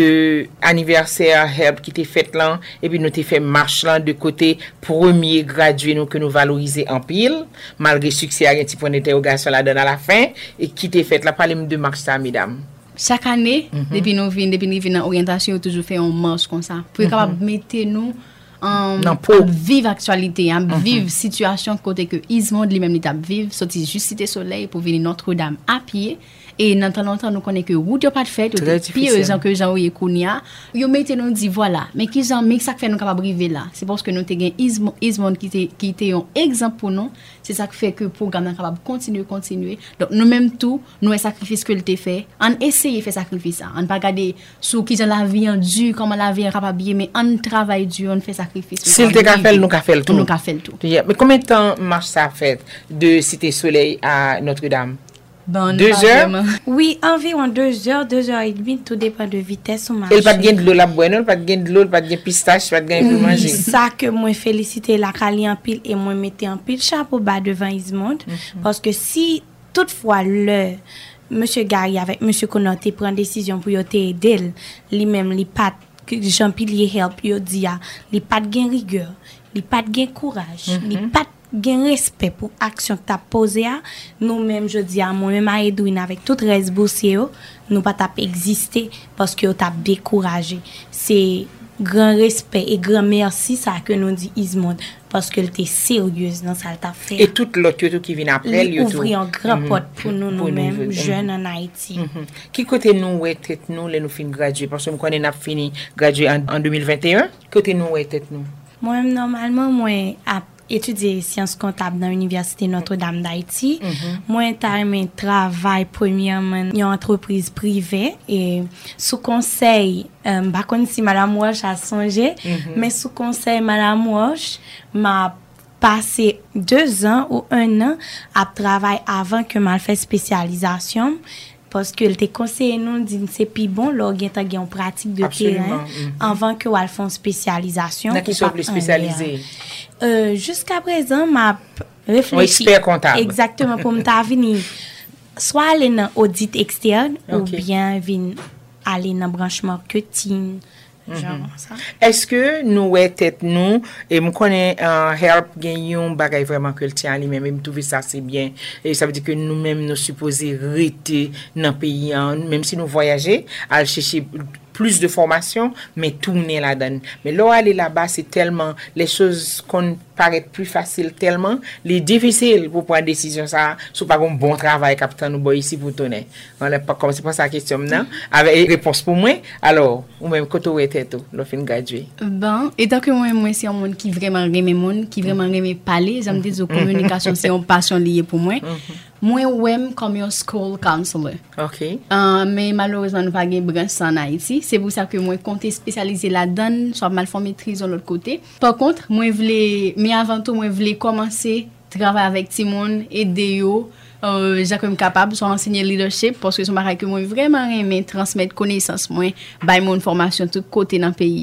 H: de anniversaire help qui t'est fait là, et puis nous t'ai fait marche là de côté premier gradué nous que nous valoriser en pile, malgré succès à un petit point d'interrogation là dans la fin, et qui t'est fait là. Parlez-moi de marche ça, mesdames.
F: Chaque année, mm-hmm. depuis nous venons, depuis nous venons en orientation, on toujours fait un marche comme ça. Pour mm-hmm. capable mettre nous en vivre actualité, en mm-hmm. vivre situation côté que Ismonde lui-même l'état vivre, sortir juste Cité Soleil pour venir Notre-Dame à pied. Et dans tant longtemps nous connaît que route n'a pas de fait, pire gens que Jean Oye Kounia, yo mettez nous dit voilà, mais qui Jean mais ça fait nous capable arriver là. C'est parce que nous te gain Ismonde qui était qui était un exemple pour nous, c'est ça qui fait que le programme est capable continuer continuer. Donc nous même tout, nous un sacrifice que le te fait, on essayer faire sacrifice ça. On pas regarder sous qui la vie en dur, comment la vie est capable bien, mais on travaille dur, on fait sacrifice.
H: Si le te ka fait, nous ka fait tout.
F: Nous ka fait tout.
H: Mais combien de temps marche ça fait de Cité Soleil à Notre-Dame?
F: Bon,
H: deux heures?
G: Oui, environ deux heures, deux heures et demie, tout dépend de vitesse ou marché.
H: Elle pas de de l'eau la bonne, pas de de l'eau, pas de pistache, pas de gain pour manger.
G: Ça que moi féliciter la Kali en pile et moi mettez en pile chapeau bas devant Ismonde mm-hmm. parce que si toutefois le monsieur Gary avec monsieur Konoté prend décision pour t'aider, lui-même li pas Jean-Pilier help yo dit a, li pas de gain rigueur, li pas de gain courage, mm-hmm. li pas gen respect pour action que t'as posé à nous même je dis à moi même à Edwin avec tout reste boursier nous pas t'a exister parce que t'a découragé. C'est grand respect et grand merci ça que nous dit Ismonde parce que elle était sérieuse dans ça t'a fait.
H: Et toute l'autre qui vient après
G: lui ouvrir un grand mm-hmm. porte pour nous nous mêmes jeunes en Haïti.
H: Mm-hmm. Qui côté nous ouais tête nous les nous fin graduer parce que nous connais n'a fini graduer en, en deux mille vingt et un côté nous ouais tête nous.
G: Moi normalement moi à étudier sciences comptables dans l'université Notre-Dame d'Haïti. Mm-hmm. Moi j'ai travail premièrement dans une entreprise privée et sous conseil euh pas connait si madame Roche a songé mm-hmm. mais sous conseil madame Roche m'a passé deux ans ou un an à travailler avant que m'a fait spécialisation. Parce que te conseille nous dit c'est plus bon l'organe ta gain pratique de
H: Absolument.
G: terrain mm-hmm. avant que ou font spécialisation
H: qui sont plus spécialisés
G: euh, jusqu'à présent m'a réfléchi
H: expert comptable
G: exactement pour m'ta venir soit aller dans audit externe okay. ou bien venir aller dans branche marketing. Genre mm-hmm. ça.
H: Est-ce que nous ouais tête nous et me connaît un uh, help gagnon bagay vraiment que le tient lui même me trouver ça c'est bien et ça veut dire que nous même nous supposés rester dans pays même si nous voyager à chercher plus de formation mais tourner là-dedans mais là aller là-bas c'est tellement les choses qu'on paraît plus facile tellement les difficile pour prendre décision ça sous pas un bon travail capitaine nous boy ici pour tourner on n'est pas comme c'est pas ça question non avec réponse pour moi alors ou même quand on était tout le fin gradué
F: ben et tant que moi moi c'est un monde qui vraiment aime monde qui vraiment aime parler j'aime dire communication c'est une passion liée pour moi moi ouais comme un school counselor.
H: OK.
F: Euh, mais malheureusement nous pas gain branche en Haïti, c'est pour ça que moi compter spécialiser là-dedans, soit mal faire maîtrise de l'autre côté. Par contre, moi voulais mais avant tout moi voulais commencer travailler avec Timon aider yo euh j'ai comme capable soit enseigner leadership parce que c'est marqué que moi vraiment aimer transmettre connaissance moi bailler mon formation tout côté dans pays hein.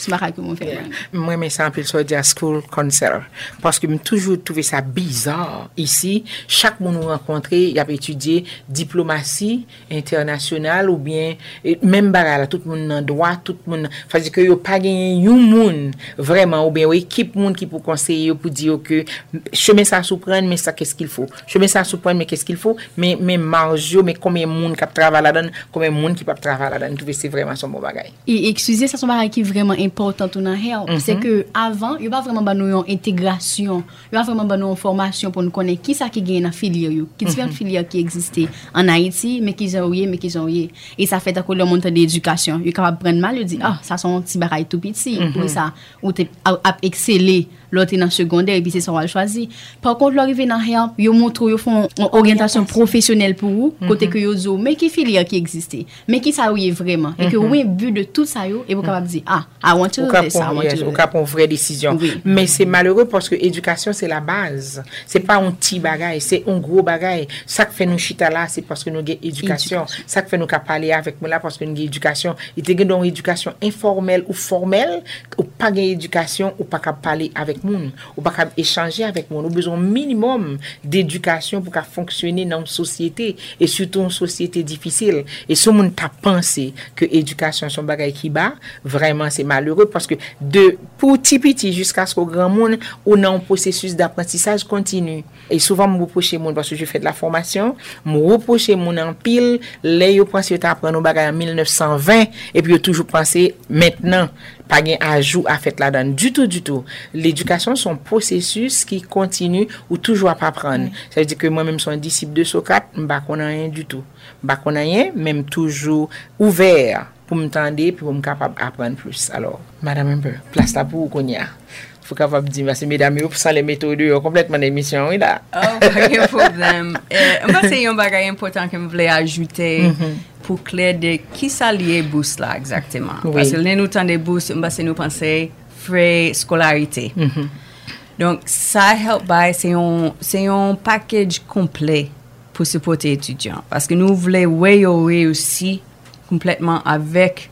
F: c'est pas que mon fait.
H: Moi mais ça un peu ça dire school council parce que me toujours trouvé ça bizarre ici, chaque monde nous rencontrer, il a étudié diplomatie internationale ou bien même bagarre tout le monde dans droit, tout le monde faut dire que yo pas gagné un monde vraiment ou bien une équipe monde qui pour conseiller pour dire que chemin ça sous prendre mais ça qu'est-ce qu'il faut. Chemin ça sous prendre mais qu'est-ce qu'il faut, mais mais marge mais combien monde qui travaille là-dedans, combien monde qui pas travailler là-dedans, trouver c'est vraiment son bon bagage.
F: Et excusez, ça son bagage qui est vraiment important tout dans help, mm-hmm. c'est que avant, il y a pas vraiment ba nous une intégration, il y a vraiment ba nous une formation pour nous connaître qui ça qui gagne dans filière yo, qui différentes mm-hmm. filières qui existaient en Haïti mais qui ont mais qui ont et ça fait que le monde d'éducation, il est capable prendre mal, il dit ah, ça sont petit bagage tout petit mm-hmm. pour ça ou tu a exceller l'autre dans secondaire et puis c'est ça on va choisir. Par contre, l'arrivée dans help, yo montre yo font une orientation professionnelle pour vous, mm-hmm. côté que yo zo mais qui filière qui existait, mais qui ça oui vraiment mm-hmm. et que oui but de tout ça yo et vous capable dire ah I want to do this, I want to do
H: au cap une vraie décision. Oui. Mais c'est malheureux parce que éducation c'est la base. C'est pas un petit bagage, c'est un gros bagage. Ça que fait nous chita là, c'est parce que nous avons éducation. Ça que fait nous parler avec nous là parce que nous avons éducation. Il y a une éducation informelle ou formelle, ou pas une éducation ou pas capable parler avec nous, ou pas capable échanger avec nous. Nous avons besoin minimum d'éducation pour fonctionner dans une société et surtout une société difficile. Et si on t'a pensé que l'éducation son bagage qui bat, vraiment c'est malheureux parce que de pour petit petit jusqu'à ce qu'au grand monde on a un processus d'apprentissage continu et souvent me reprocher monde parce que je fais de la formation me reprocher mon en pile les yo pense que apprendre bagage en mille neuf cent vingt et puis yo toujours penser maintenant pas gain ajout à fait là-dedans du tout du tout. L'éducation c'est un processus qui continue ou toujours à apprendre. Ça veut dire que moi même suis un disciple de Socrate, m'pa connait rien du tout. M'pa connait rien, même toujours ouvert pour m'entendre puis pour me capable apprendre plus. Alors, madame un peu, place là pour Konya. Faut capable dire merci mesdames pour ça les méthodes complètement d'émission oui là.
E: Oh, pas de problème. Euh, moi c'est un bagage important que je voulais ajouter. Mm-hmm. Pour clair de qui ça lié bourse là exactement. Oui. Parce que nous temps des bourses, on va nous penser frais scolarité. Mm-hmm. Donc ça help by c'est un c'est un package complet pour supporter étudiants parce que nous voulons way aussi complètement avec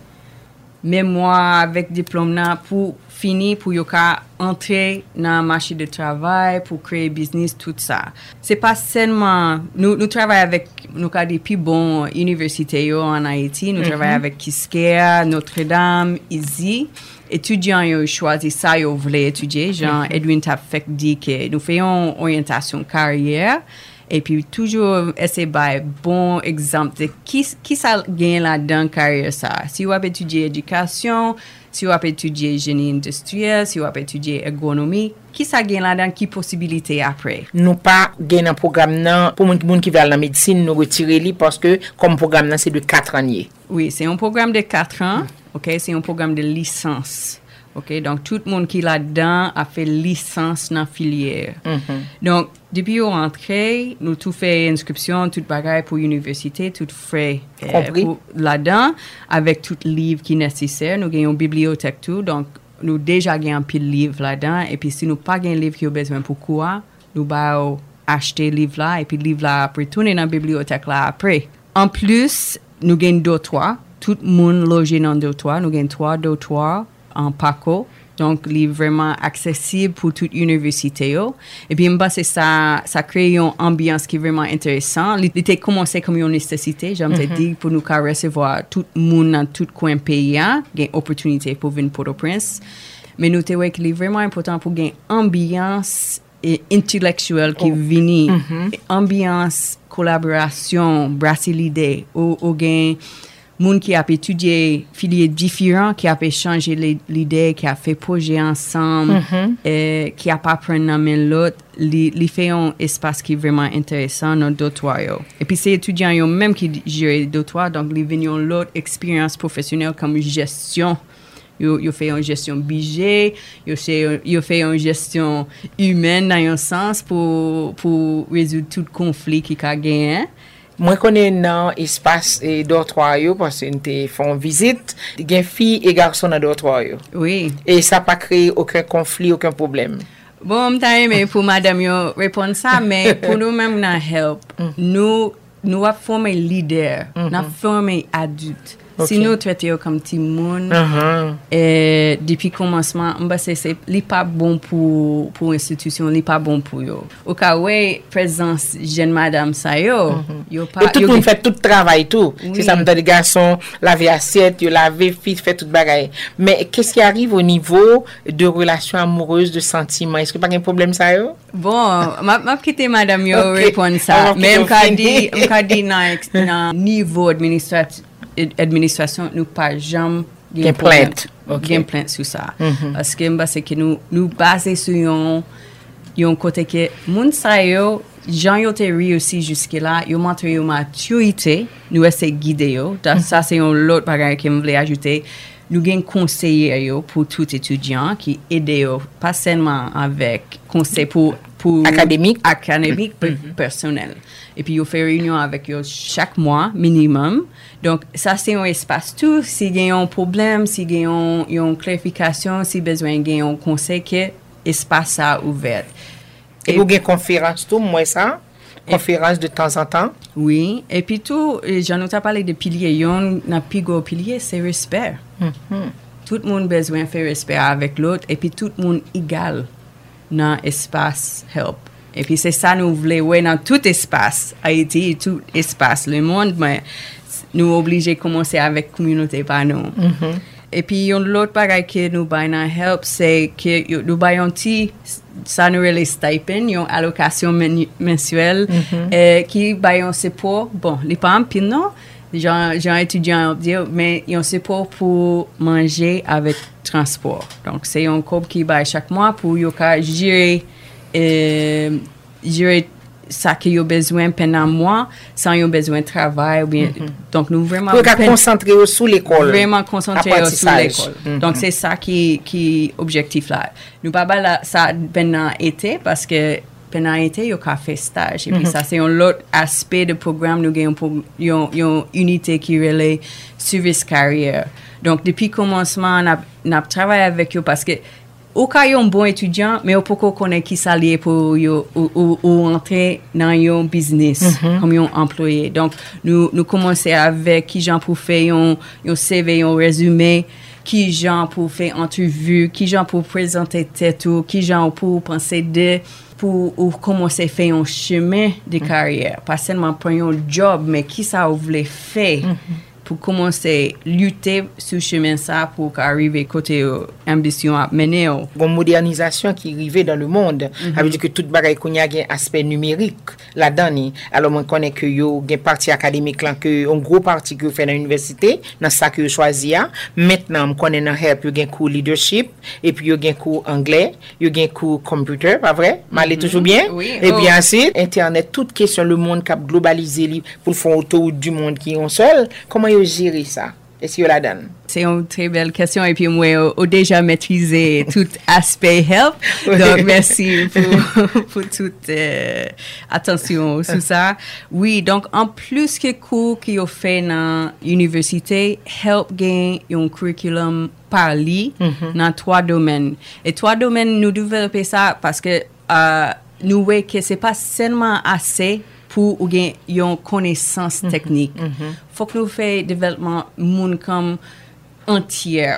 E: mémoire avec diplôme là pour finir pour yo ka entrer dans le marché de travail pour créer business tout ça. C'est pas seulement nous nous travaillons avec nous ka des plus bons universités yo en Haïti, nous mm-hmm. travaillons avec Kiskeya, Notre-Dame, Easy. Étudiants yo choisi ça yo voulaient étudier, Jean mm-hmm. Edwin t'a fait dit que nous faisons orientation carrière. Et puis toujours essayer de bon exemple de qui qui ça gagne là-dedans carrière ça. Si vous avez étudié éducation, si vous avez étudié génie industriel, si vous avez étudié ergonomie, qui ça gagne là-dedans, qui possibilité après?
H: Nous pas gagne un programme nan pour moun qui veut la médecine nous retirer li parce que comme programme nan c'est de quatre ans.
E: Oui, c'est un programme de quatre ans. OK, c'est un programme de licence. OK, donc tout le monde qui là-dedans a fait licence dans la filière. Mm-hmm. Donc, depuis qu'on rentré, nous tout fait inscription, tout bagaille pour l'université, tout fait euh, pour là-dedans, avec tout livre qui est nécessaire. Nous avons une bibliothèque tout, donc nous déjà avons un pile de livres là-dedans. Et puis si nous pas un livre qui a besoin pour quoi, nous allons acheter le livre là, et puis le livre là après tourner dans la bibliothèque là après. En plus, nous avons deux toits. Tout le monde logé dans deux toits. Nous avons trois deux toits en Paco, donc il est vraiment accessible pour toute université. Et puis, c'est ça, ça crée une ambiance qui est vraiment intéressante. Il était commencé comme une nécessité, j'aime mm-hmm. dire, pour nous recevoir tout le monde dans tout coin pays, hein, une opportunité pour venir Port-au-Prince. Mais nous trouvons qu'il est vraiment important pour gagner ambiance et intellectuelle qui oh. vient, mm-hmm. ambiance, collaboration, brasser l'idée, ou, ou gain moun qui a étudié filières différentes, qui a échangé l'idée, qui a fait projet ensemble, mm-hmm. et qui a pas pris la main l'autre, li fait un espace qui est vraiment intéressant dans le dortoir. Et puis c'est étudiants yo même qui gèrent le dortoir, donc ils viennent l'autre expérience professionnelle comme gestion. Yo, yo fait une gestion budget, yo fait yo fait une gestion humaine dans un sens pour pour résoudre tout conflit qui a gagné.
H: Moi connais dans espace et dortoir parce que nous font visite, gen filles et garçons dans dortoir.
E: Oui.
H: Et ça pas créé aucun conflit, aucun problème.
E: Bon, m'ta aimé pour madame yo répondre ça mais pour nous même dans help, mm. nous nous a formé leader, mm-hmm. nous formé adulte. Si nous traitons comme petit monde,
H: Uh-huh.
E: et depuis commencement, bah c'est c'est li pas bon pour pour institution, li pas bon pour yo. Au cas où présence jeune madame ça yo, yo pas
H: Et tout le
E: yo
H: monde
E: gen-
H: fait tout travail tout.
E: Oui.
H: C'est ça me donne des garçons laver assiette, yo laver fit, fait tout bagaille. Mais qu'est-ce qui arrive au niveau de relations amoureuses, de sentiments? Est-ce que pas un problème ça yo?
E: Bon, m'a m'a quitté madame yo
H: Ok.
E: répondre ça.
H: Alors,
E: Mais
H: qu'on
E: m'ka
H: finit.
E: dit m'ka dit dans ex- dans niveau administratif administration nous pas jamais
H: Gen plainte. Ok.
E: Gen plainte sur ça.
H: Mhm.
E: Parce que m'ba c'est que nous nous baser sur yon yon côté que moun sa yo Jean yo te réussi jusque là, yo montre yo maturité, nous essayer guider yo. Da- Ça c'est un l'autre bagage que me voulais ajouter. Nous gain conseiller yo pour tout étudiant qui aide yo pas seulement avec conseil pour pour
H: Académique.
E: académique pe- personnel. Et puis yo fait réunion avec yo chaque mois minimum. Donc ça c'est un espace tout si gain un problème, si gain une clarification, si besoin gain un conseil que espace ça ouvert.
H: Et vous avez une conférence tout, moi ça? Conférence de temps en temps?
E: Oui, et puis tout, euh, j'en ai parlé de piliers. Yon, na plus gros pilier, c'est respect. Tout le monde a besoin de faire respect avec l'autre, et puis tout le monde égal dans l'espace help. Et puis c'est ça nous voulons, ouais, dans tout espace, Haïti, tout espace, le monde, mais nous obligés de commencer avec la communauté par nous. Et puis, yon l'autre bagay que nous bayon help, c'est que yo- nous bayon ti, ça nous relève stipend, yon allocation menu- mensuelle, euh, qui bayon support, bon, li pas en pile, non? J'ai j'ai un étudiant, dire, mais yon support pour manger avec transport. Donc, c'est un cob qui baille chaque mois pour yon ka gérer, euh, gérer ça que yon besoin pendant un mois, sans yon besoin de travail, ou bien, donc nous vraiment...
H: Vous pouvez
E: pen-
H: concentrer sur l'école.
E: Vraiment concentré sur
H: Apprentissage.
E: l'école.
H: Mhm.
E: Donc, c'est ça qui qui objectif là. Nous pas là ça pendant été parce que pendant été, il y a qu'à faire stage. Et puis, ça, c'est un autre aspect de programme. Nous avons pour- il y a il y a une unité qui relève service carrière. Donc, depuis le commencement, on a, on a travaillé avec eux parce que au cas où il y a un bon étudiant, mais on peut pas connaître qui s'allier pour yo, ou, ou, ou entrer dans un business comme un employé. Donc, nous, nous commençons avec qui gens pour faire un, un C V, un résumé, qui gens pour faire entrevue, qui gens pour présenter tête ou qui gens pour penser de pour ou commencer à faire un chemin de carrière. Pas seulement prendre un job, mais qui ça vous voulez faire pour commencer à lutter sur le chemin ça pour arriver côté euh, ambition à mener. euh.
H: Une modernisation qui arrive dans le monde. Ça veut dire que tout bagaille qu'on y a un aspect numérique là-dedans. ni. Alors, on connaît que yo une partie académique là, que un gros partie que vous faites dans l'université, dans ça que vous choisissez. Maintenant, on connaît dans help, yo gen cours leadership, et puis yo gen cours anglais, yo gen cours computer, pas vrai? M'allez toujours bien?
E: Oui.
H: Et
E: Oh.
H: puis ensuite, Internet, toute question, le monde qui a globalisé li pour faire autour du monde qui est un seul. Comment yo gérer ça? Est-ce que yo la donne?
E: C'est une très belle question et puis moi, j'ai déjà maîtrisé tout aspect help. Donc, merci pour, pour toute euh, attention sur ça. Oui, donc, en plus que cours qu'il a fait dans l'université, help gain un curriculum parli dans trois domaines. Et trois domaines, nous développer ça parce que euh, nous voyons que c'est pas seulement assez pour ou gen yon connaissance technique. Faut que nous fassions développement moun comme entier.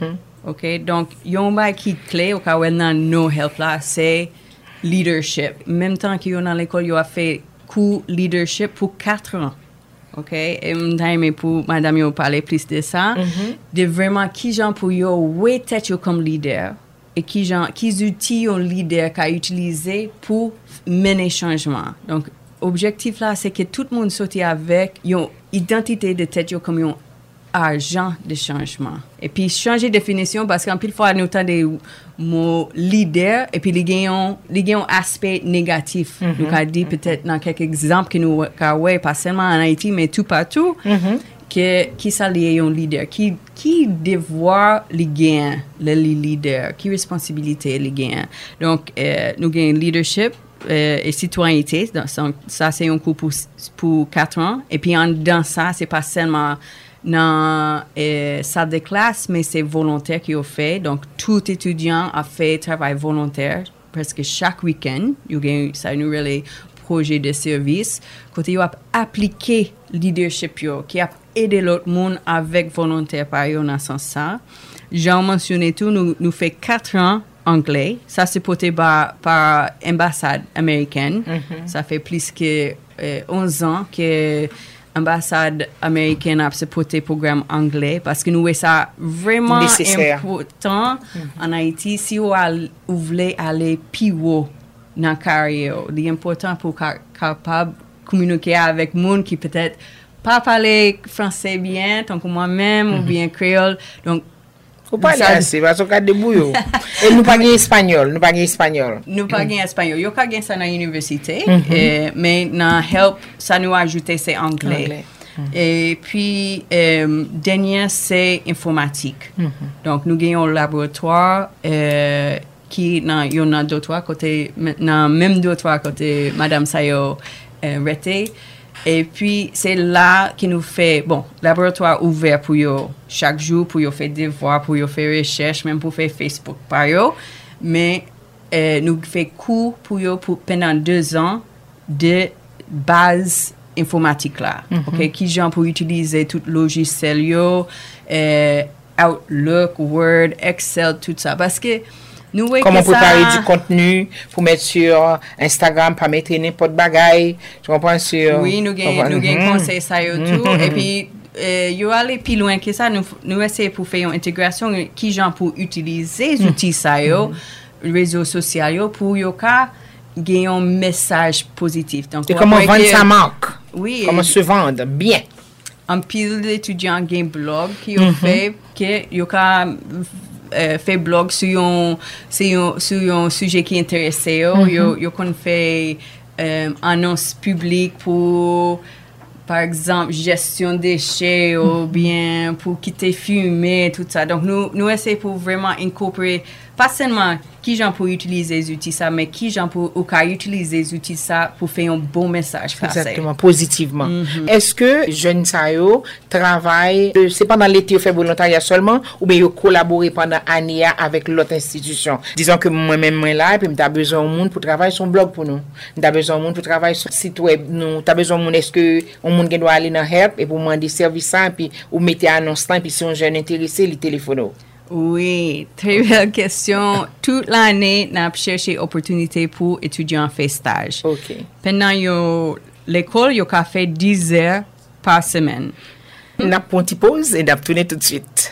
E: OK? Donc, yon ba qui clé au cas où nan no help là, c'est leadership. Même temps que yon dans l'école, yon a fait cours leadership pour quatre ans. OK? Et m'aime pour madame yon parler plus de ça. De vraiment qui gens pour yon ouais tête yon comme leader. Et qui gens qui outils yon leader qu'a utilisé pour mener changement. Donc, objectif là, c'est que tout le monde sorte avec une identité de tête yo comme un agent de changement. Et puis, changer de définition, parce qu'en pile fois, nous avons des mots leader, et puis, il y a un aspect négatif. Nous avons dit peut-être dans quelques exemples que nous avons, pas seulement en Haïti, mais tout partout, que qui ça lié un leader, qui qui devoir les gain le leader, qui responsabilité les gain. Donc, euh, nous avons leadership, Euh, et citoyenneté. Donc, ça, c'est un cours pour, pour quatre ans. Et puis, en, dans ça, c'est pas seulement dans euh, salle de classe, mais c'est volontaire qu'il a fait. Donc, tout étudiant a fait travail volontaire presque chaque week-end. Ça nous relève projet de service, côté yo a appliqué leadership yo, qui a aidé l'autre monde avec volontaire par yo dans ce sens ça. J'ai mentionné tout, nous nous fait quatre ans anglais. Ça c'est porté par par ambassade américaine. Mm-hmm. Ça fait plus que euh, onze ans que ambassade américaine a supporté programme anglais parce que nous voyons ça vraiment
H: nécessaire.
E: Important mm-hmm. en Haïti si vous voulez aller plus haut dans la carrière. C'est important pour être capable de communiquer avec des gens qui peut-être pas parler français bien, tant que moi-même, mm-hmm. ou bien créole. Donc,
H: faut pas aller assez, parce qu'on a des bouillots. Et nous pas gagner espagnol, nous pas gagner espagnol.
E: Nous pas gagner espagnol. Yo ka gagner ça dans l'université, mm-hmm. eh, mais dans help, ça nous a ajouté c'est anglais. anglais. Mm-hmm. Et puis, euh, dernier, c'est informatique. Mm-hmm. Donc, nous gagnons le laboratoire euh, qui, il y en a deux, trois côtés, maintenant, même deux, trois côtés, Madame Sayo euh, Rete. Et puis, c'est là qui nous fait, bon, laboratoire ouvert pour eux chaque jour, pour eux faire des devoirs, pour eux faire recherche, même pour faire Facebook par eux. Mais euh, nous fait cours pour eux pour, pendant deux ans de base informatique là. Mm-hmm. OK, qui gens pour utiliser tout logiciel yo, euh, Outlook, Word, Excel, tout ça. Parce que nous voyons
H: comment préparer
E: ça...
H: du contenu pour mettre sur Instagram, pas mettre n'importe bagaille. Tu comprends sur.
E: Oui, nous gagnons nous gagnons conseil ça yo tout. Et puis euh, yo aller plus loin que ça, nous nous essayer pour faire une intégration qui gens pour utiliser les outils ça yo, réseaux sociaux pour yo ka gagner un message positif. Donc
H: et comment vendre sa marque?
E: Oui.
H: Comment se vendre bien?
E: Un pile d'étudiants gain blog qui ont fait que yo ka Euh, fait blog sur un sur un sur un sujet qui intéresse yo yo yo qu'on fait euh, annonce publique pour par exemple gestion des déchets ou bien pour quitter fumer tout ça. Donc nous nous essayons pour vraiment incorporer pas seulement qui gens pour utiliser les outils ça mais qui gens pour ou qu'à utiliser les outils ça pour faire un bon message passé.
H: Exactement, positivement. Mm-hmm. Est-ce que jeunes ça yo travaillent euh, c'est pendant l'été fait volontariat seulement ou bien yo collaborer pendant année avec l'autre institution? Disons que moi-même moi là et puis m'ta besoin de monde pour travailler sur blog pour nous. M'ta besoin de monde pour travailler sur site web nous. T'as besoin de monde est-ce que on monde qui doit aller dans help et pour demander service ça et puis ou mettez annonce là et puis si on jeune intéressé, il téléphone.
E: Oui, très belle question. Toute l'année, nous avons cherché opportunité pour étudiants faire stage.
H: OK.
E: Pendant yo, l'école, yo ka fait dix heures par semaine.
H: Nous avons une petite pause et nous allons tourner tout de suite.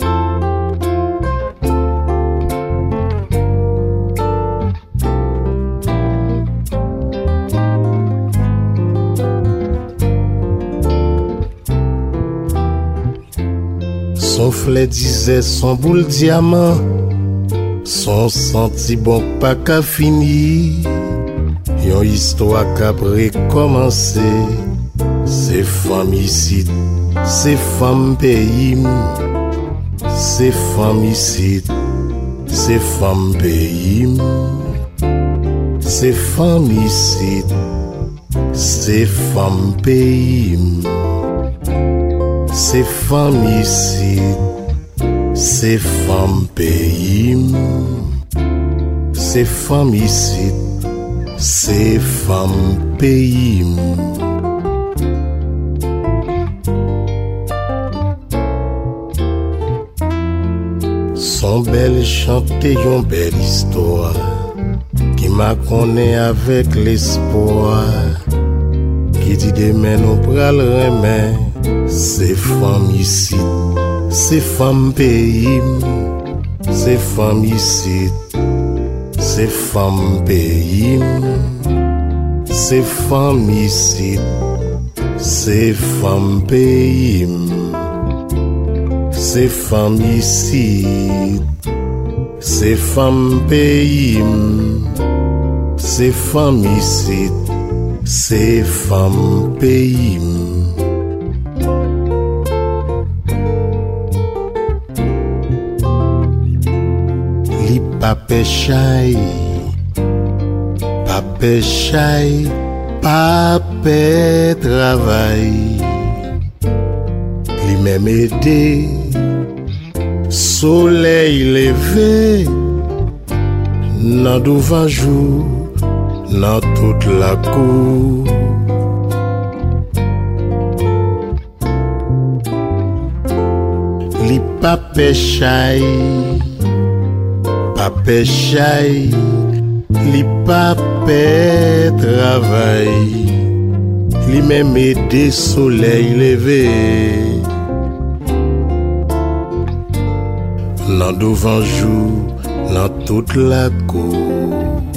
K: Son flè disait son boule diamant, son senti bon pas qu'à fini, yon histoire qu'a recommencé, c'est femme ici, c'est femme pays, c'est femme ici, c'est femme pays, c'est femme ici, c'est femme pays. C'est femme ici, c'est femme pays, c'est femme ici, c'est femme pays. Son belle chanter yon belle histoire qui m'a connaît avec l'espoir qui dit demain nous pral remet. C'est femme ici, c'est femme pays, c'est femme ici, c'est femme pays, c'est femme ici, c'est femme pays, c'est femme ici, c'est femme pays, c'est femme ici, c'est femme pays. Pape chay, pape chay, pape travail. Li même aidé, soleil levé, nan douvan jour, dans toute la cour. Li pa pechay, pa pechay, li pa pe travay, li même aide soleil levé. Nan devant jour, dans toute la cour.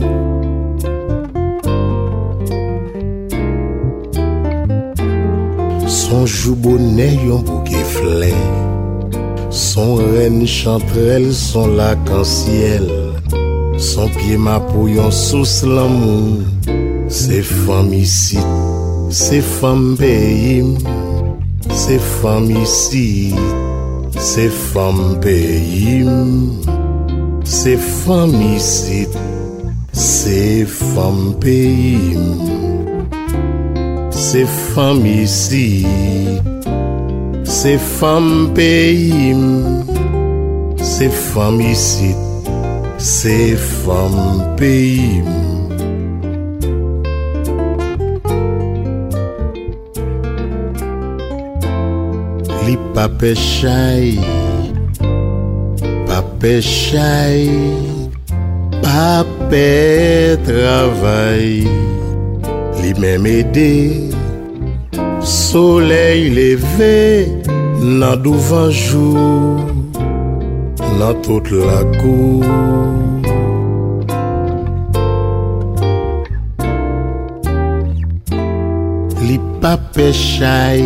K: Son jou bonnet yon bouquet fleur. Son reine chanterelle, son lac en ciel. Son pied ma pouillon sous l'amour. C'est femme ici, c'est femme pays. C'est femme ici, c'est femme pays. C'est femme ici, c'est femme pays. C'est femme ici, c'est femme pays. C'est femme ici, c'est femme pays. Li pa pechay, pa pechay, pa pe travay, li même aide soleil levé nan devant jour dans toute la cour. Li pa pechay,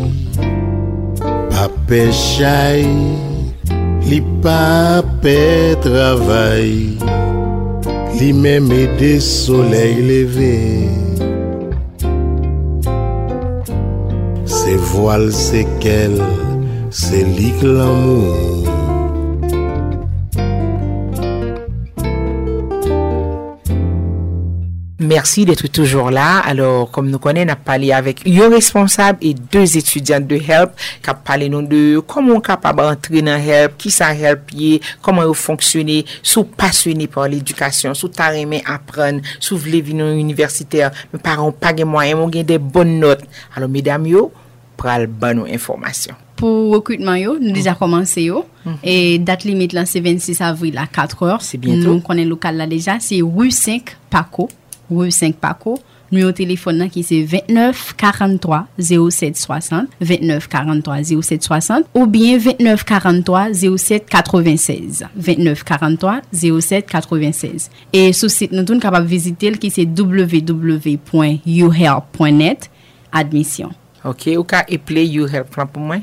K: pa pechay, li pa pe travay, li même aide soleil levé. C'est voile, c'est qu'elle, c'est lit l'amour.
H: Merci d'être toujours là. Alors, comme nous connaissons, on a parlé avec un responsable et deux étudiantes de HELP qui ont parlé nous de comment on est capable d'entrer dans HELP, qui ça HELP y est, comment il fonctionne, sous passionné par l'éducation, sous ta aimé apprendre, sous voulez venir universitaire, mes parents pas de moyens, on gagne des bonnes notes. Alors, mesdames, yo, pral bonne information.
F: Pour recrutement, yo, nous déjà commencé yo. Mm-hmm. Et date limite là, c'est vingt-six avril à quatre heures.
H: C'est bientôt.
F: Nous connaissons le local là déjà, c'est rue cinq Paco. Rue cinq Paco. Numéro de téléphone là qui c'est vingt-neuf quarante-trois zéro sept soixante, vingt-neuf quarante-trois zéro sept soixante ou bien vingt-neuf quarante-trois zéro sept quatre-vingt-seize, vingt-neuf quarante-trois zéro sept quatre-vingt-seize. Et sur site nous sommes capables de visiter qui c'est w w w point you help point net admission.
H: OK, ou ka appeler You Help pour moi?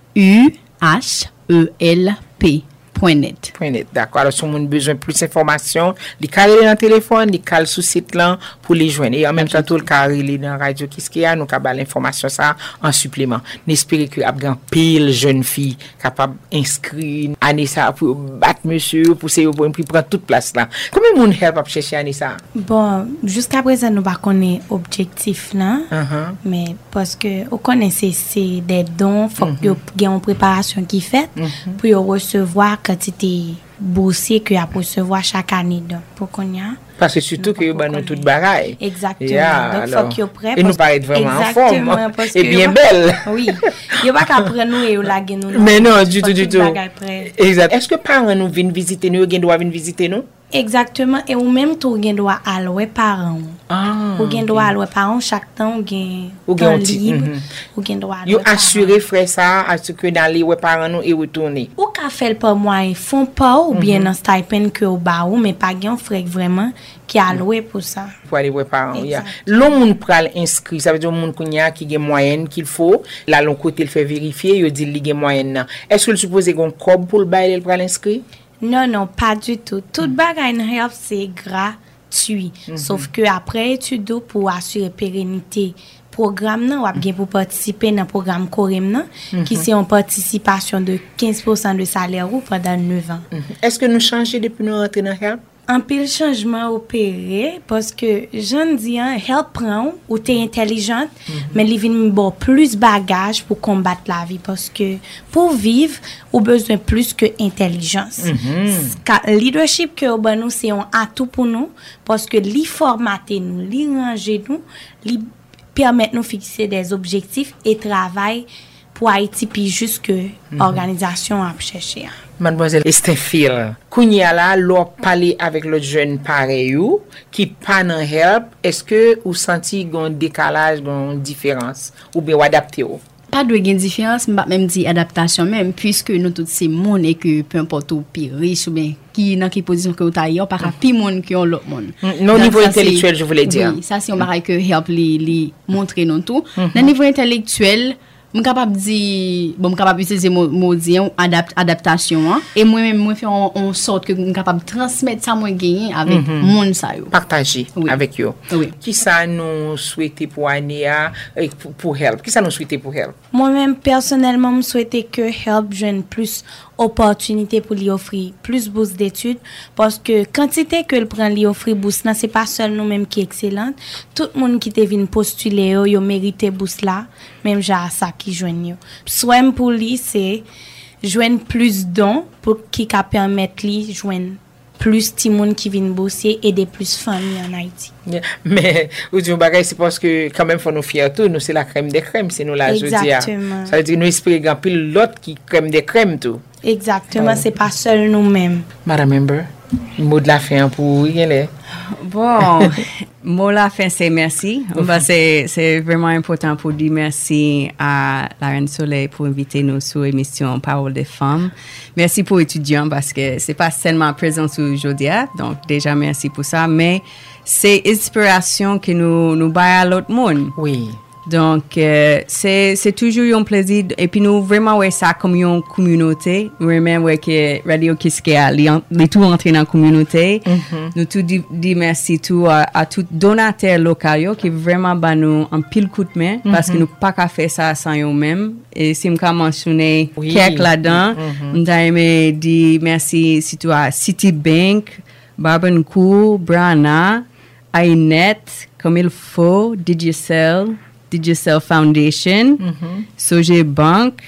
F: U H E L P point net.
H: Point net, d'accord. Alors, si on a besoin de plus d'informations, les carrés dans le téléphone, les carrés sous site là pour les joindre. Et en même temps, tout le carré dans la radio, qu'est-ce qu'il y a, nous avons l'information ça en supplément. N'espérez que y a grand pile jeune fille capable d'inscrire Anissa pour battre monsieur, pour essayer pour prendre toute place là. Combien de monde help à chercher Anissa?
G: Bon, jusqu'à présent, nous ne connaissons pas l'objectif là. Uh-huh. Mais parce que on connaît c'est des dons, il faut uh-huh. qu'il y ait une préparation qui est faite uh-huh. pour recevoir quantité boursier que à recevoir chaque année donc pour qu'on y a
H: parce que surtout que bah nous toute bagaille
G: exactement yeah, donc faut qu'il prêt
H: et nous paraît vraiment en forme et bien belle
G: oui il va qu'après nous et la nous
H: mais non du tout du tout exact. Est-ce que parents nous viennent visiter nous gain doit venir visiter nous?
G: Exactement, et ou même tout gain droit à louer parents. Ah. Ou gain droit à louer parents chaque temps ou gain temps libre. Ou gain droit.
H: Yo assurer frère ça à ce que dans les parents nous et retourner.
G: Ou ka fait pas moi font pas ou bien dans stipend que au bas ou mais pas gain frère vraiment qui a loué pour ça.
H: Pour aller voir parents, ya. L'on moun pral inscrit, ça veut dire moun kounya qui gain moyenne qu'il faut, là l'on côté le fait vérifier, yo dit li gain moyenne. Est-ce que le supposé gon cob pour le bail le pral inscrit?
G: Non, non, pas du tout. Tout mm. bagay en help, c'est gratuit. Mm-hmm. Sauf que après étude pour assurer pérennité programme nan, ou bien pour participer dans programme Corem nan, mm-hmm. qui c'est en participation de quinze pour cent de salaire ou pendant neuf ans.
H: Mm-hmm. Est-ce que nous changeons depuis nous rentrer dans help?
G: un pile changement opéré parce que jeune dis hein, help prend ou t'es intelligente mm-hmm. mais il vient bon plus bagage pour combattre la vie parce que pour vivre on besoin plus que intelligence. Mm-hmm. Leadership que ben nous c'est un atout pour nous parce que li formater nous, li ranger nous, li permettre nous fixer des objectifs et travail pour Haïti puis jusque mm-hmm. organisation à chercher.
H: Mademoiselle Estinfil, kounya la l'on parler avec le jeune pareil ou qui pas nan help, est-ce que ou senti gon décalage, gon différence ou bien adapté ou?
F: Pas de gain différence, mais même dit adaptation même puisque nous tous c'est monde et que peu importe ou plus riche ou bien qui dans quelle position que ou ta yo pas plus monde que l'autre monde.
H: Non niveau intellectuel je voulais dire.
F: Oui, ça c'est on bail que help li li montrer non tout. Dans niveau intellectuel je capable dire bon capable utiliser mot mot dire adapt adaptation hein? Et moi même moi faire en sorte que je capable transmettre ça moi gagner avec mm-hmm. monde ça yo
H: partager oui. avec yo
F: oui.
H: Qui ça nous souhaiter pour année pour, pour help qui ça nous souhaiter pour help
G: moi même personnellement me souhaiter que help jeune plus opportunité pour lui offrir plus bourse d'études parce que quantité que le prend lui offrir bourse là c'est pas seul nous même qui excellente tout le monde qui te vient postuler yo, yo mérité bourse là même j'ai ça qui joignent soit pour lui c'est joindre plus dons pour qui ca permettre lui joindre plus de monde qui viennent bosser et aider plus familles en Haïti.
H: Yeah. Mais ou dit bagay c'est parce que quand même faut nous fier tout nous c'est la crème des crèmes c'est nous la jeudi.
G: Exactement.
H: Ça veut dire nous espérer grand pile l'autre qui crème des crèmes tout.
G: Exactement, oh. C'est pas seul nous-mêmes.
H: Madame Amber, mot de la fin pour y
E: Bon, mot de la fin c'est merci. Bah, c'est c'est vraiment important pour dire merci à la Reine Soleil pour inviter nous sur l'émission Parole des femmes. Merci pour étudiants parce que c'est pas seulement présence aujourd'hui, donc déjà merci pour ça, mais c'est inspiration que nous nous bat à l'autre monde.
H: Oui.
E: Donc, euh, c'est, c'est toujours un plaisir. Et puis, nous, vraiment, ouais, ça comme une communauté. Nous, vraiment, ouais, que Radio Kiskeya, les tout entrer dans la communauté. Mm-hmm. Nous, tout dit, dit merci tout à, à tout donateur local, qui vraiment, bah, nous, en pile coup de main, mm-hmm. parce que nous, pas qu'à faire ça sans eux-mêmes. Et si je mentionner oui. quelques là-dedans, mm-hmm. nous, aimé dire merci, surtout à Citibank, Barbancourt, Brana, Ainet, comme il faut, Digicel, Digicel Foundation, mm-hmm. Soje Bank,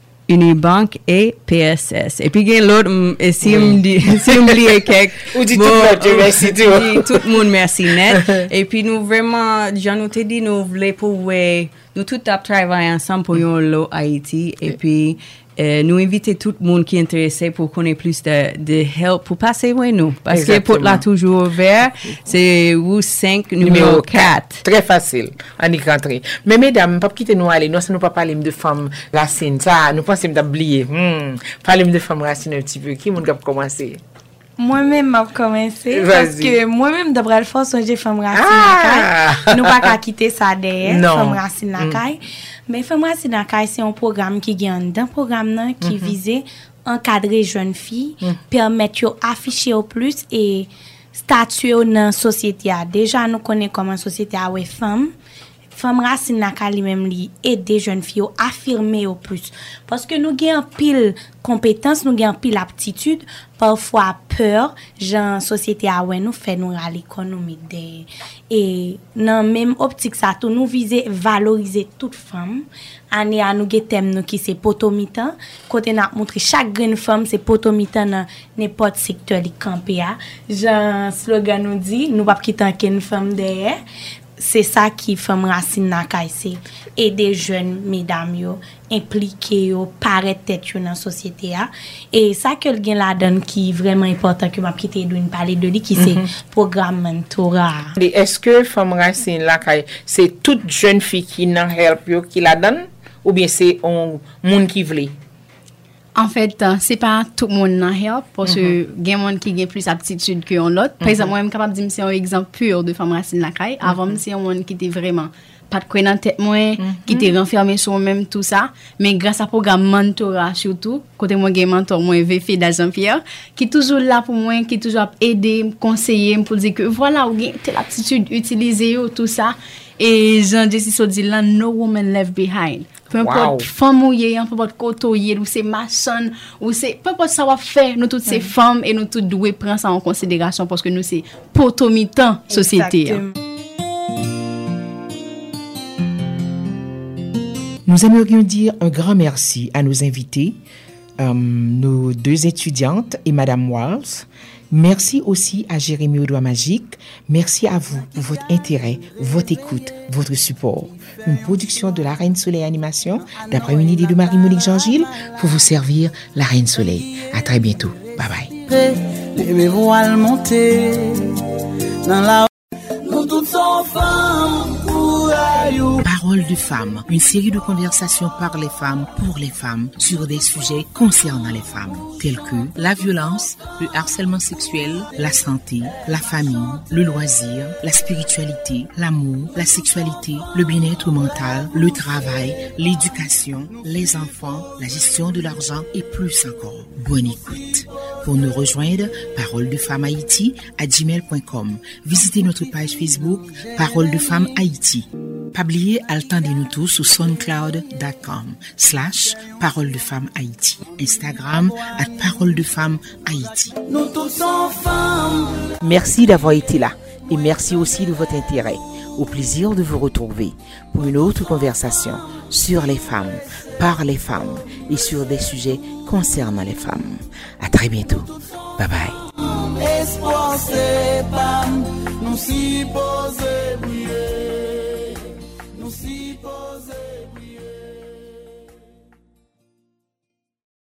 E: Unibank et P S S. Et puis, il y a l'autre, si on me dit, si on me dit quelque,
H: ou dit tout le monde, merci tout.
E: Tout le monde, merci net. Et puis, nous vraiment, j'en nous t'ai dit, nous voulons pour, nous tout travailler ensemble pour yon lot Haïti. Et puis, Euh, nous inviter tout le monde qui est intéressé pour connaître plus de, de help pour passer avec nous. Parce Exactement. Que pour là toujours ouvert, c'est vous cinq numéro quatre.
H: Très facile, on y rentrer. Mais mesdames, pas quitter nous aller, nous ça nous pas parler de femmes racines, ça nous pensons d'oublier. Hmm, parler de femmes racines un petit peu. Qui monde qui a commencé?
G: Moi-même, j'ai commencé.
H: Vas-y.
G: Parce que moi-même, d'après le fond, j'ai femme racine ah! Nakai. Nous pas qu'à quitter ça derrière, femme racine Nakai. Mm. Mais femme racine Nakai, c'est un programme qui gagne un programme là, qui mm-hmm. visait encadrer jeunes filles, mm. permettre d'afficher au plus et statuer dans la société. Déjà, nous connaissons comment la société a les femmes. Femme racine Nakai lui-même li aider jeunes filles à affirmer au plus parce que nous gagnons pile compétences, nous gagnons pile aptitude, parfois peur, genre société a ouais nous fait nous à l'économie des et dans même optique ça tout nous viser valoriser toute femme année à nous thème nous qui c'est potomitan côté n'a montrer chaque grande femme c'est potomitan dans n'importe secteur li campé a genre slogan nous dit nous pas quitter une femme derrière. C'est ça qui femme racine Nakai c'est aider jeunes mesdames yo impliquer yo paraître tête yo dans société a et ça que le gain la donne qui vraiment important que m'a quitter de parler de lui qui c'est mm-hmm. programme mentorat.
H: Est-ce que femme racine Nakai c'est toute jeune fille qui n'en help yo qui la donne ou bien c'est un monde qui veut?
F: En fait, uh, c'est pas tout le monde qui help parce que il y a des gens qui ont plus d'aptitude que l'autre. Par exemple, moi, je suis capable de dire c'est un exemple pur de femme racine Nakai. Avant, c'est un monde qui était vraiment pas de quoi dans tête moi, qui était renfermé sur moi-même tout ça, mais grâce à programme mentorat surtout, côté moi j'ai mentor moi V F Jean-Pierre, qui toujours là pour moi, qui toujours aider, me conseiller pour dire que voilà, ou gain telle aptitude utiliser tout ça. Et Jean-Jessie dit là, no woman left behind. Peu importe femme ou yé, peu importe côté ou c'est maçon ou c'est peu importe ça va faire, nous toutes ces femmes et nous toutes douées prendre ça en considération parce que nous c'est potomitan société.
B: Nous aimerions dire un grand merci à nos invités, euh, nos deux étudiantes et Madame Walls. Merci aussi à Jérémy Audois Magique. Merci à vous pour votre intérêt, votre écoute, votre support. Une production de La Reine Soleil Animation, d'après une idée de Marie-Monique Jean-Gilles, pour vous servir La Reine Soleil. À très bientôt. Bye bye.
A: Les voiles monter dans la... Nous toutes sommes femmes pour aïeux.
B: Parole de femmes, une série de conversations par les femmes, pour les femmes, sur des sujets concernant les femmes, tels que la violence, le harcèlement sexuel, la santé, la famille, le loisir, la spiritualité, l'amour, la sexualité, le bien-être mental, le travail, l'éducation, les enfants, la gestion de l'argent et plus encore. Bonne écoute. Pour nous rejoindre, Parole de Femmes Haïti à gmail point com. Visitez notre page Facebook Parole de Femmes Haïti. Pas oublier à attendre-nous tous sur soundcloud point com slash Parole de Femmes Haïti. Instagram at Parole de Femmes Haïti.
A: Nous tous sommes femmes.
H: Merci d'avoir été là et merci aussi de votre intérêt. Au plaisir de vous retrouver pour une autre conversation sur les femmes, par les femmes et sur des sujets concernant les femmes. À très bientôt. Bye bye.
A: Espoir c'est pas nous supposer.